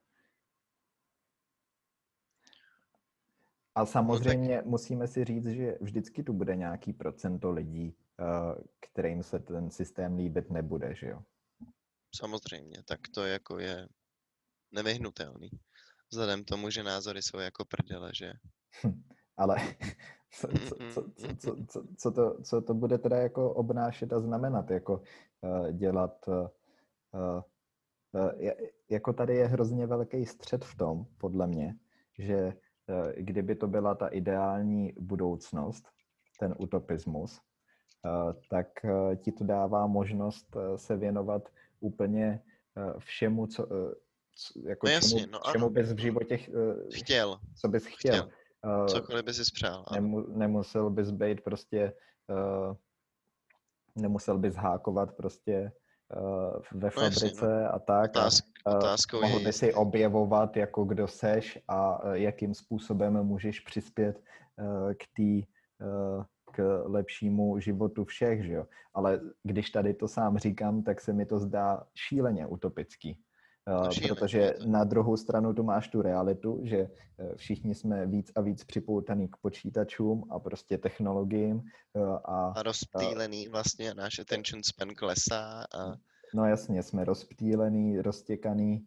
A samozřejmě no tak... musíme si říct, že vždycky tu bude nějaký procento lidí, kterým se ten systém líbit nebude, že jo? Samozřejmě, tak to jako je nevyhnutelný. Vzhledem tomu, že názory jsou jako prdele, že? Ale co, co, co, co, co, co, co, to, co to bude teda jako obnášet a znamenat, jako uh, dělat... Uh, uh, jako tady je hrozně velký střet v tom, podle mě, že uh, kdyby to byla ta ideální budoucnost, ten utopismus, uh, tak uh, ti to dává možnost uh, se věnovat úplně uh, všemu, co... Uh, jako no čemu, jasně, no čemu ano. bys v životě uh, chtěl. Co bys chtěl. chtěl. Cokoliv bys si přál. Nemu, nemusel bys být prostě, uh, nemusel bys hákovat prostě uh, ve no jasně, fabrice no. a tak. Otázk, a, otázkou uh, mohl je, by si objevovat, jako kdo seš a uh, jakým způsobem můžeš přispět uh, k té uh, k lepšímu životu všech, že jo. Ale když tady to sám říkám, tak se mi to zdá šíleně utopický. No, protože na druhou stranu tu máš tu realitu, že všichni jsme víc a víc připoutaný k počítačům a prostě technologiím. A, a rozptýlený vlastně, náš attention span klesá. A... No jasně, jsme rozptýlený, roztěkaný.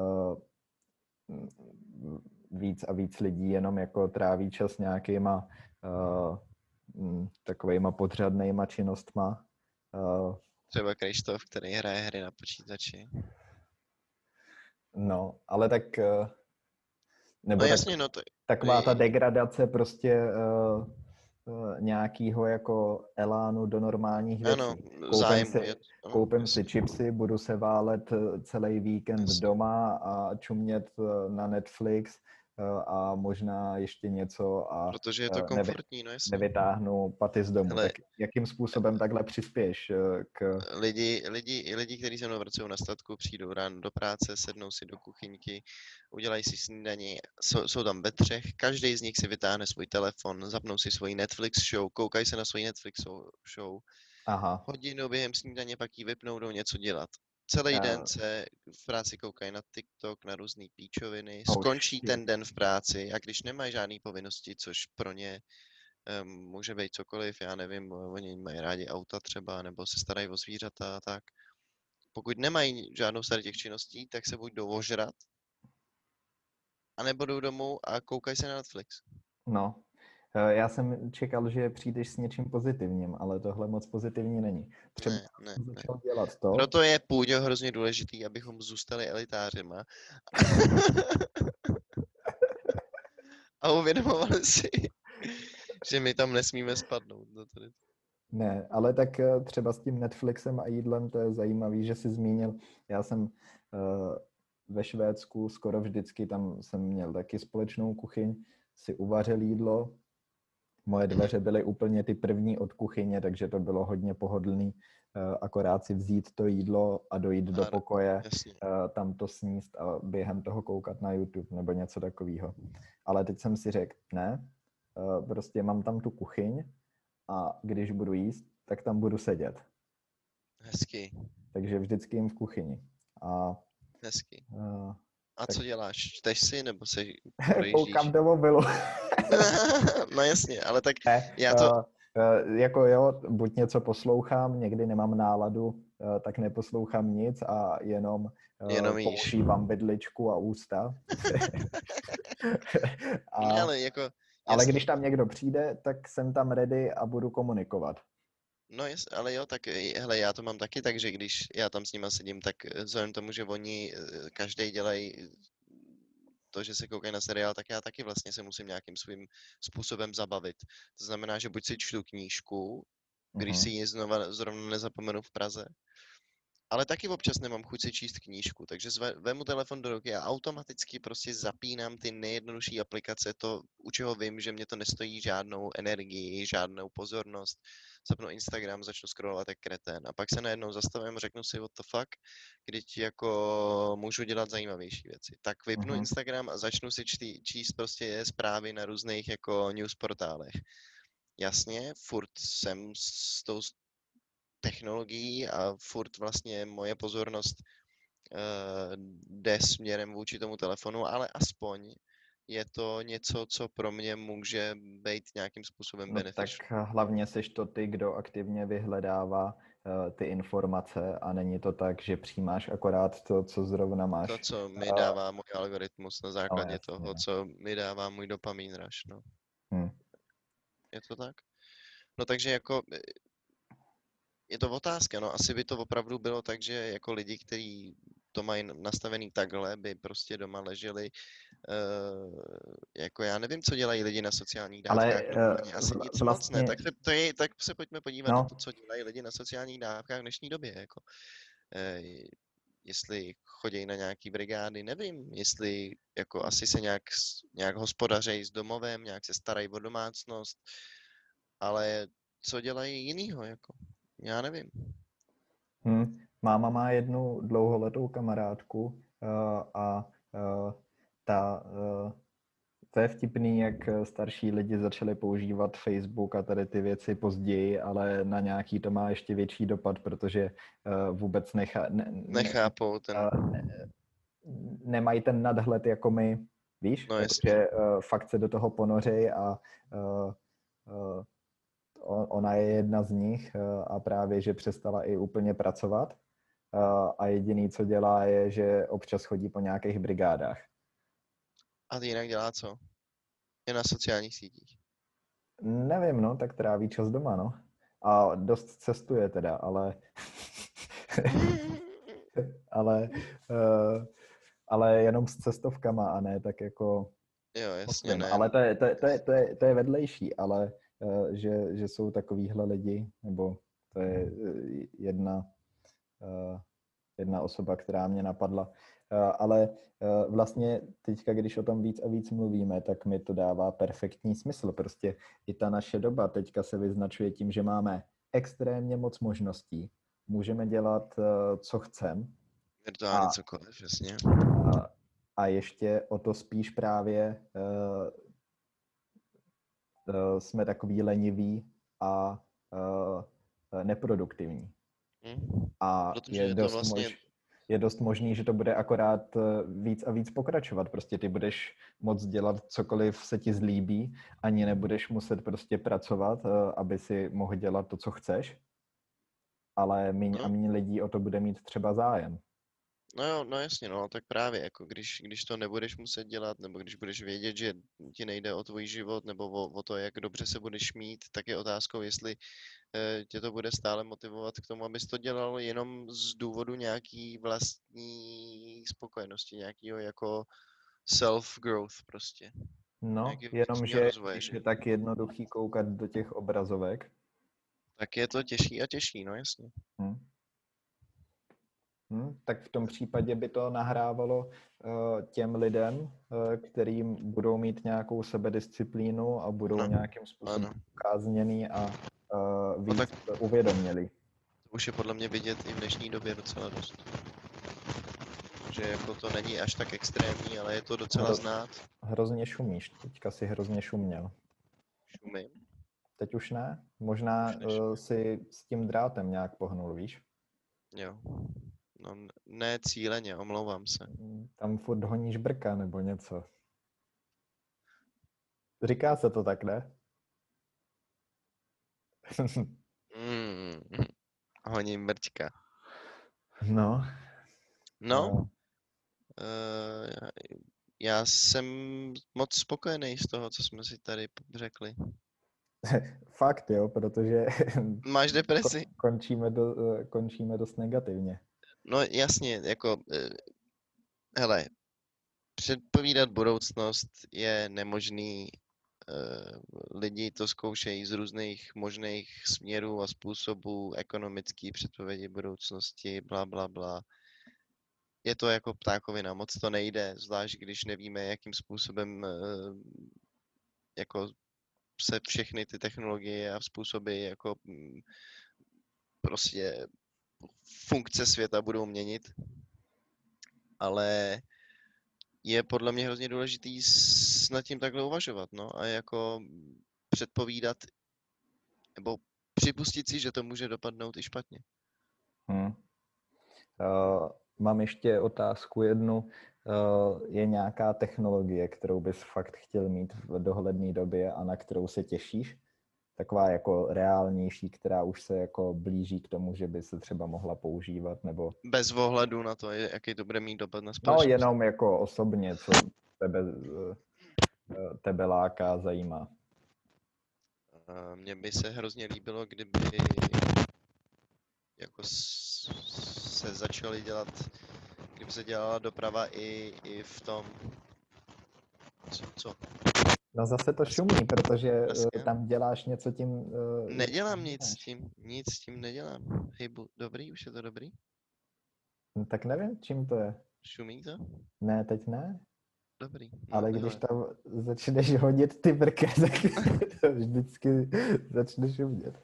Víc a víc lidí jenom jako tráví čas nějakýma takovejma podřadnejma činnostma. Třeba Krištof, který hraje hry na počítači. No, ale tak... Nebo no jasně, tak, no to... taková ta degradace prostě uh, uh, nějakýho jako elánu do normálních věcí. Ano, koupím zájem. si, Je, ano, koupím si chipsy, budu se válet celý víkend jasně. doma a čumět na Netflix uh, a možná ještě něco a protože je to komfortní, no jasně. Nevytáhnu paty z domu. Hele, tak jakým způsobem takhle přispěješ k... Lidi, lidi, lidi kteří se mnou vracují na statku, přijdou ráno do práce, sednou si do kuchyňky, udělají si snídani, jsou, jsou tam ve třech, každý z nich si vytáhne svůj telefon, zapnou si svoji Netflix show, koukají se na svoji Netflix show, Aha. hodinu během snídaně, pak ji vypnou, jdou něco dělat. Celý Já... den se v práci koukají na TikTok, na různé píčoviny, oh, skončí shit. ten den v práci a když nemají žádné povinnosti, což pro ně um, může být cokoliv, já nevím, oni mají rádi auta třeba, nebo se starají o zvířata a tak. Pokud nemají žádnou z těch činností, tak se buď jdou ožrat, anebo jdou domů a koukají se na Netflix. No, já jsem čekal, že přijdeš s něčím pozitivním, ale tohle moc pozitivní není. Třeba ne, ne, začal ne. dělat to. Proto je půjde hrozně důležitý, abychom zůstali elitářema. A uvědomovali si, že my tam nesmíme spadnout. Do tady. Ne, ale tak třeba s tím Netflixem a jídlem to je zajímavý, že jsi zmínil. Já jsem uh, ve Švédsku skoro vždycky, tam jsem měl taky společnou kuchyň, si uvařil jídlo. Moje dveře byly úplně ty první od kuchyně, takže to bylo hodně pohodlný. Akorát si vzít to jídlo a dojít do pokoje, tam to sníst a během toho koukat na YouTube nebo něco takového. Ale teď jsem si řekl, ne, prostě mám tam tu kuchyň a když budu jíst, tak tam budu sedět. Hezky. takže vždycky jim v kuchyni. A, Hezky. uh, A tak co děláš? Čteš si, nebo se koukám projíždíš? do mobilu. No jasně, ale tak Ne, já to... uh, uh, jako jo, buď něco poslouchám, někdy nemám náladu, uh, tak neposlouchám nic a jenom uh, Jenom jíš. používám bedličku a ústa. Ne, a, ale jako... ale Jasně. když tam někdo přijde, tak jsem tam ready a budu komunikovat. No jes, ale jo, tak eh, hele, já to mám taky tak, že když já tam s nima sedím, tak eh, vzhledem k tomu, že oni eh, každý dělají to, že se koukají na seriál, tak já taky vlastně se musím nějakým svým způsobem zabavit. To znamená, že buď si čtu knížku, když si Mhm. ji znova, zrovna nezapomenu v Praze, ale taky občas nemám chuť si číst knížku, takže zve, vemu telefon do ruky a automaticky prostě zapínám ty nejjednodušší aplikace, to, u čeho vím, že mě to nestojí žádnou energii, žádnou pozornost. Zapnu Instagram, začnu scrollovat jak kretén a pak se najednou zastavím, řeknu si what the fuck, když jako můžu dělat zajímavější věci. Tak vypnu Mhm. Instagram a začnu si čtí, číst prostě zprávy na různých jako news portálech. Jasně, furt jsem s tou technologií a furt vlastně moje pozornost uh, jde směrem vůči tomu telefonu, ale aspoň je to něco, co pro mě může být nějakým způsobem No tak beneficial. hlavně seš to ty, kdo aktivně vyhledává uh, ty informace a není to tak, že přijímáš akorát to, co zrovna To, máš. co mi Uh, dává můj algoritmus na no základě jasně. toho, co mi dává můj dopamin rush, no. Hm. Je to tak? No takže jako je to otázka, no asi by to opravdu bylo tak, že jako lidi, kteří to mají nastavený takhle, by prostě doma leželi. Uh, jako já nevím, co dělají lidi na sociálních Ale dávkách uh, normálně, asi vl- nic moc ne, vlastně, tak se, to je, tak se pojďme podívat na no, to, co dělají lidi na sociálních dávkách v dnešní době, jako. Uh, jestli chodí na nějaký brigády, nevím, jestli jako asi se nějak, nějak hospodařejí s domovem, nějak se starají o domácnost, ale co dělají jinýho, jako, já nevím. hm, máma má jednu dlouholetou kamarádku uh, a uh, ta, uh, to je vtipný, jak starší lidi začali používat Facebook a tady ty věci později, ale na nějaký to má ještě větší dopad, protože uh, vůbec necha, ne, ne, Nechápou ten, uh, ne, nemají ten nadhled jako my, víš? no jasně, Jakože uh, fakt se do toho ponoří a uh, uh, ona je jedna z nich a právě, že přestala i úplně pracovat a jediný, co dělá, je, že občas chodí po nějakých brigádách. a jinak dělá co? Je na sociálních sítích. Nevím, no, tak tráví čas doma, no. A dost cestuje teda, ale... ale, uh, ale jenom s cestovkama a ne tak jako... Jo, jasně, Muslim. ne. Ale to je, to, je, to, je, to, je, to je vedlejší, ale uh, že, že jsou takovýhle lidi, nebo to je jedna, uh, jedna osoba, která mě napadla. Uh, ale uh, vlastně teďka, když o tom víc a víc mluvíme, tak mi to dává perfektní smysl. Prostě i ta naše doba teďka se vyznačuje tím, že máme extrémně moc možností. Můžeme dělat, uh, co chceme. Virtuálně cokoliv, jasně. A, a ještě o to spíš právě uh, uh, jsme takový leniví a uh, neproduktivní. Hm? A Protože je je to dost, vlastně... mož, je dost možný, že to bude akorát víc a víc pokračovat. Prostě ty budeš moc dělat cokoliv se ti zlíbí, ani nebudeš muset prostě pracovat, uh, aby si mohl dělat to, co chceš, ale míň No. a míň lidí o to bude mít třeba zájem. No jo, no jasně, no, tak právě, jako když, když to nebudeš muset dělat, nebo když budeš vědět, že ti nejde o tvůj život, nebo o, o to, jak dobře se budeš mít, tak je otázkou, jestli eh, tě to bude stále motivovat k tomu, abys to dělal jenom z důvodu nějaký vlastní spokojenosti, nějakého jako self-growth prostě. No, Nějakého vnitřního jenomže rozvoje, když že? je tak jednoduchý koukat do těch obrazovek. Tak je to těžší a těžší, no jasně. Hm. Hm, tak v tom případě by to nahrávalo uh, těm lidem, uh, kterým budou mít nějakou sebedisciplínu a budou No, nějakým způsobem ano. ukázněný a uh, víc No tak uvědomělí. to už je podle mě vidět i v dnešní době docela dost. Že jako to není až tak extrémní, ale je to docela Hro, znát. hrozně šumíš, teďka si hrozně šuměl. Šumím. Teď už ne? Možná Už nešumím. uh, si s tím drátem nějak pohnul, víš? Jo. No, n- ne cíleně, omlouvám se. Tam furt honíš brka nebo něco. Říká se to tak, ne? Mm, honím mrčka. No. No, no. uh, já jsem moc spokojený z toho, co jsme si tady řekli. Fakt, jo, protože Máš depresi? končíme, do, končíme dost negativně. No jasně, jako, uh, hele, předpovídat budoucnost je nemožný. Uh, lidi to zkoušejí z různých možných směrů a způsobů, ekonomický předpovědi budoucnosti, bla, bla, bla. Je to jako ptákovina, moc to nejde, zvlášť když nevíme, jakým způsobem uh, jako se všechny ty technologie a způsoby jako mm, prostě funkce světa budou měnit. Ale je podle mě hrozně důležitý s nad tím takhle uvažovat, no, a jako předpovídat nebo připustit si, že to může dopadnout i špatně. Hmm. Uh, mám ještě otázku jednu. Uh, je nějaká technologie, kterou bys fakt chtěl mít v dohledné době a na kterou se těšíš? Taková jako reálnější, která už se jako blíží k tomu, že by se třeba mohla používat, nebo... Bez ohledu na to, jaký to bude mít dopad na No společnost. jenom jako osobně, co tebe, tebe láká, zajímá. Mně by se hrozně líbilo, kdyby jako se začaly dělat, kdyby se dělala doprava i, i v tom, co, co? No zase to šumí, protože Vlastně. tam děláš něco tím... Uh, Nedělám nic s tím, nic s tím nedělám. Hejbu, dobrý, už je to dobrý? No, tak nevím, čím to je. Šumí to? Ne, teď ne. Dobrý. No, Ale hele. když tam začneš hodit ty brky, tak to vždycky začne šumět.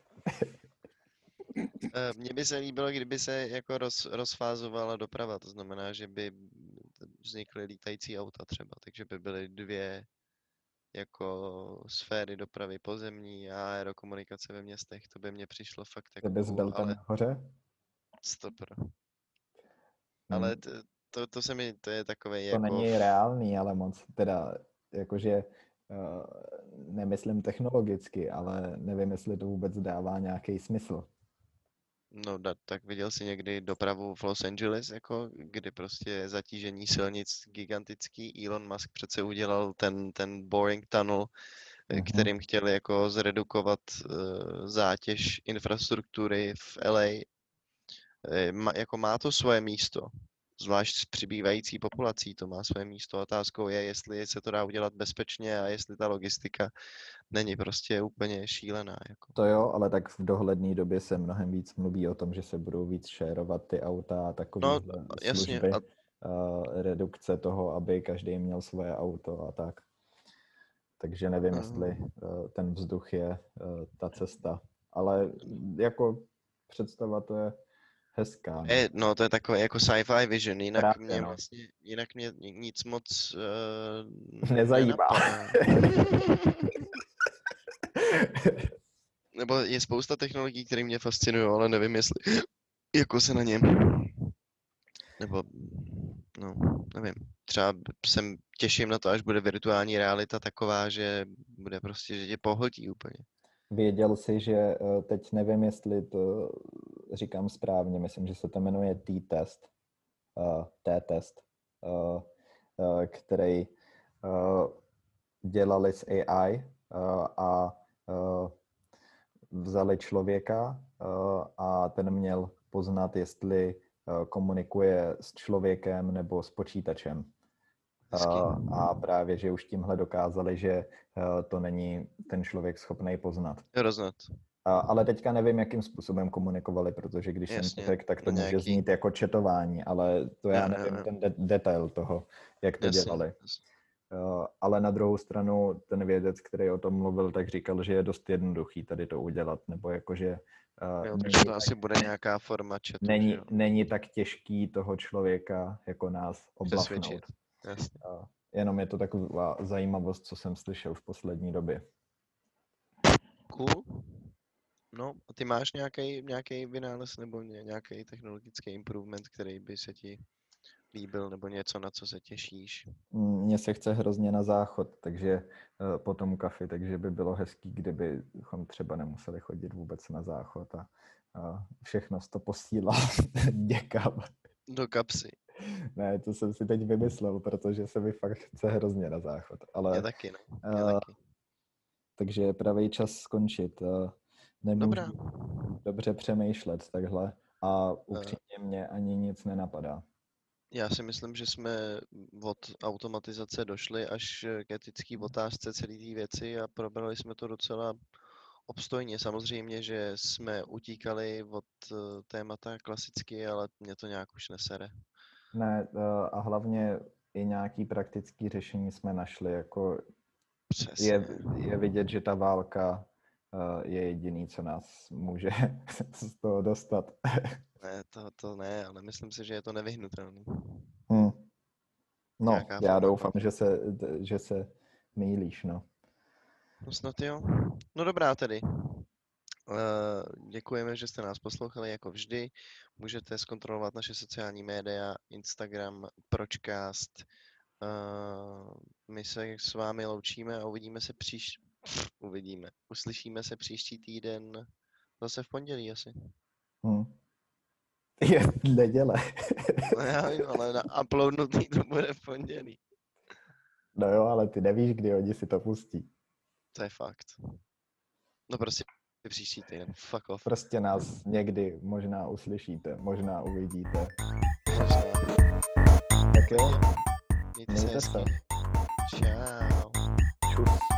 Mně by se líbilo, kdyby se jako roz, rozfázovala doprava, to znamená, že by vznikly lítající auta třeba, takže by byly dvě jako sféry dopravy pozemní a aerokomunikace ve městech, to by mně přišlo fakt jako Tebe cool, zbyl ten ale nahoře? stopro. Hmm. Ale to, to, to se mi, to je takové To jako... není reálný, ale moc, teda, jakože uh, nemyslím technologicky, ale nevím, jestli to vůbec dává nějaký smysl. No, da, tak viděl jsi někdy dopravu v Los Angeles, jako, kdy prostě je zatížení silnic gigantický. Elon Musk přece udělal ten, ten boring tunnel, mm-hmm. kterým chtěli jako zredukovat uh, zátěž infrastruktury v L A. E, ma, jako má to svoje místo, zvlášť s přibývající populací, to má své místo. Otázkou je, jestli se to dá udělat bezpečně a jestli ta logistika není prostě úplně šílená. Jako. To jo, ale tak v dohledné době se mnohem víc mluví o tom, že se budou víc šérovat ty auta a takové no, služby. A... Uh, redukce toho, aby každý měl svoje auto a tak. Takže nevím, uh. jestli uh, ten vzduch je uh, ta cesta. Ale jako představa to je hezká. No, je, no to je takové jako sci-fi vision, jinak Právě, mě no. vlastně, jinak mě nic moc uh, nezajímá. Nebo je spousta technologií, které mě fascinují, ale nevím, jestli jako se na ně, nebo no, nevím. Třeba jsem těším na to, až bude virtuální realita taková, že bude prostě, že tě pohltí úplně. Věděl jsi, že teď nevím, jestli to říkám správně, myslím, že se to jmenuje T-test, uh, T-test, uh, uh, který uh, dělali s A I uh, a uh, vzali člověka uh, a ten měl poznat, jestli uh, komunikuje s člověkem nebo s počítačem. Uh, a právě, že už tímhle dokázali, že uh, to není ten člověk schopný poznat. Roznat. Uh, ale teďka nevím, jakým způsobem komunikovali, protože když Jasně, jsem to řekl, tak to může nějaký... znít jako četování, ale to já ne, nevím ne, ne. ten de- detail toho, jak to Jasně. dělali. Uh, ale na druhou stranu ten vědec, který o tom mluvil, tak říkal, že je dost jednoduchý tady to udělat, nebo jakože... Uh, jo, takže to tak, asi bude nějaká forma chatu, není, není tak těžký toho člověka jako nás oblafnout. Uh, jenom je to taková zajímavost, co jsem slyšel v poslední době. Cool. No, a ty máš nějaký nějaký vynález nebo nějaký technologický improvement, který by se ti líbil, nebo něco, na co se těšíš? Mně se chce hrozně na záchod, takže uh, po tom kafi, takže by bylo hezký, kdybychom třeba nemuseli chodit vůbec na záchod a uh, všechno to posílal někam. Do kapsy. Ne, to jsem si teď vymyslel, protože se mi fakt chce hrozně na záchod. Ale, Já taky, no. Já uh, taky. Takže je pravý čas skončit. Uh, nemůžu Dobrá. dobře přemýšlet takhle a upřímně mě ani nic nenapadá. Já si myslím, že jsme od automatizace došli až k etické otázce celé té věci a probrali jsme to docela obstojně. Samozřejmě, že jsme utíkali od témata klasicky, ale mě to nějak už nesere. Ne, a hlavně i nějaký praktický řešení jsme našli. Jako je, je vidět, že ta válka je jediný, co nás může z toho dostat. Ne, to, to ne, ale myslím si, že je to nevyhnutelné. Hmm. No, Nějaká já doufám, že se, že se mýlíš, no. No snad jo. No dobrá tedy. Uh, děkujeme, že jste nás poslouchali jako vždy. Můžete zkontrolovat naše sociální média, Instagram, Pročcast. Uh, my se s vámi loučíme a uvidíme se příští... Uvidíme. Uslyšíme se příští týden zase v pondělí asi. Hmm. Je neděle. No já vím, ale na uploadnutý to bude v pondělí. No jo, ale ty nevíš, kdy oni si to pustí. To je fakt. No prostě příští týden. Fuck off. Prostě nás někdy možná uslyšíte, možná uvidíte. Možná. Tak jo. Mějte se hezky. Čau. Čus.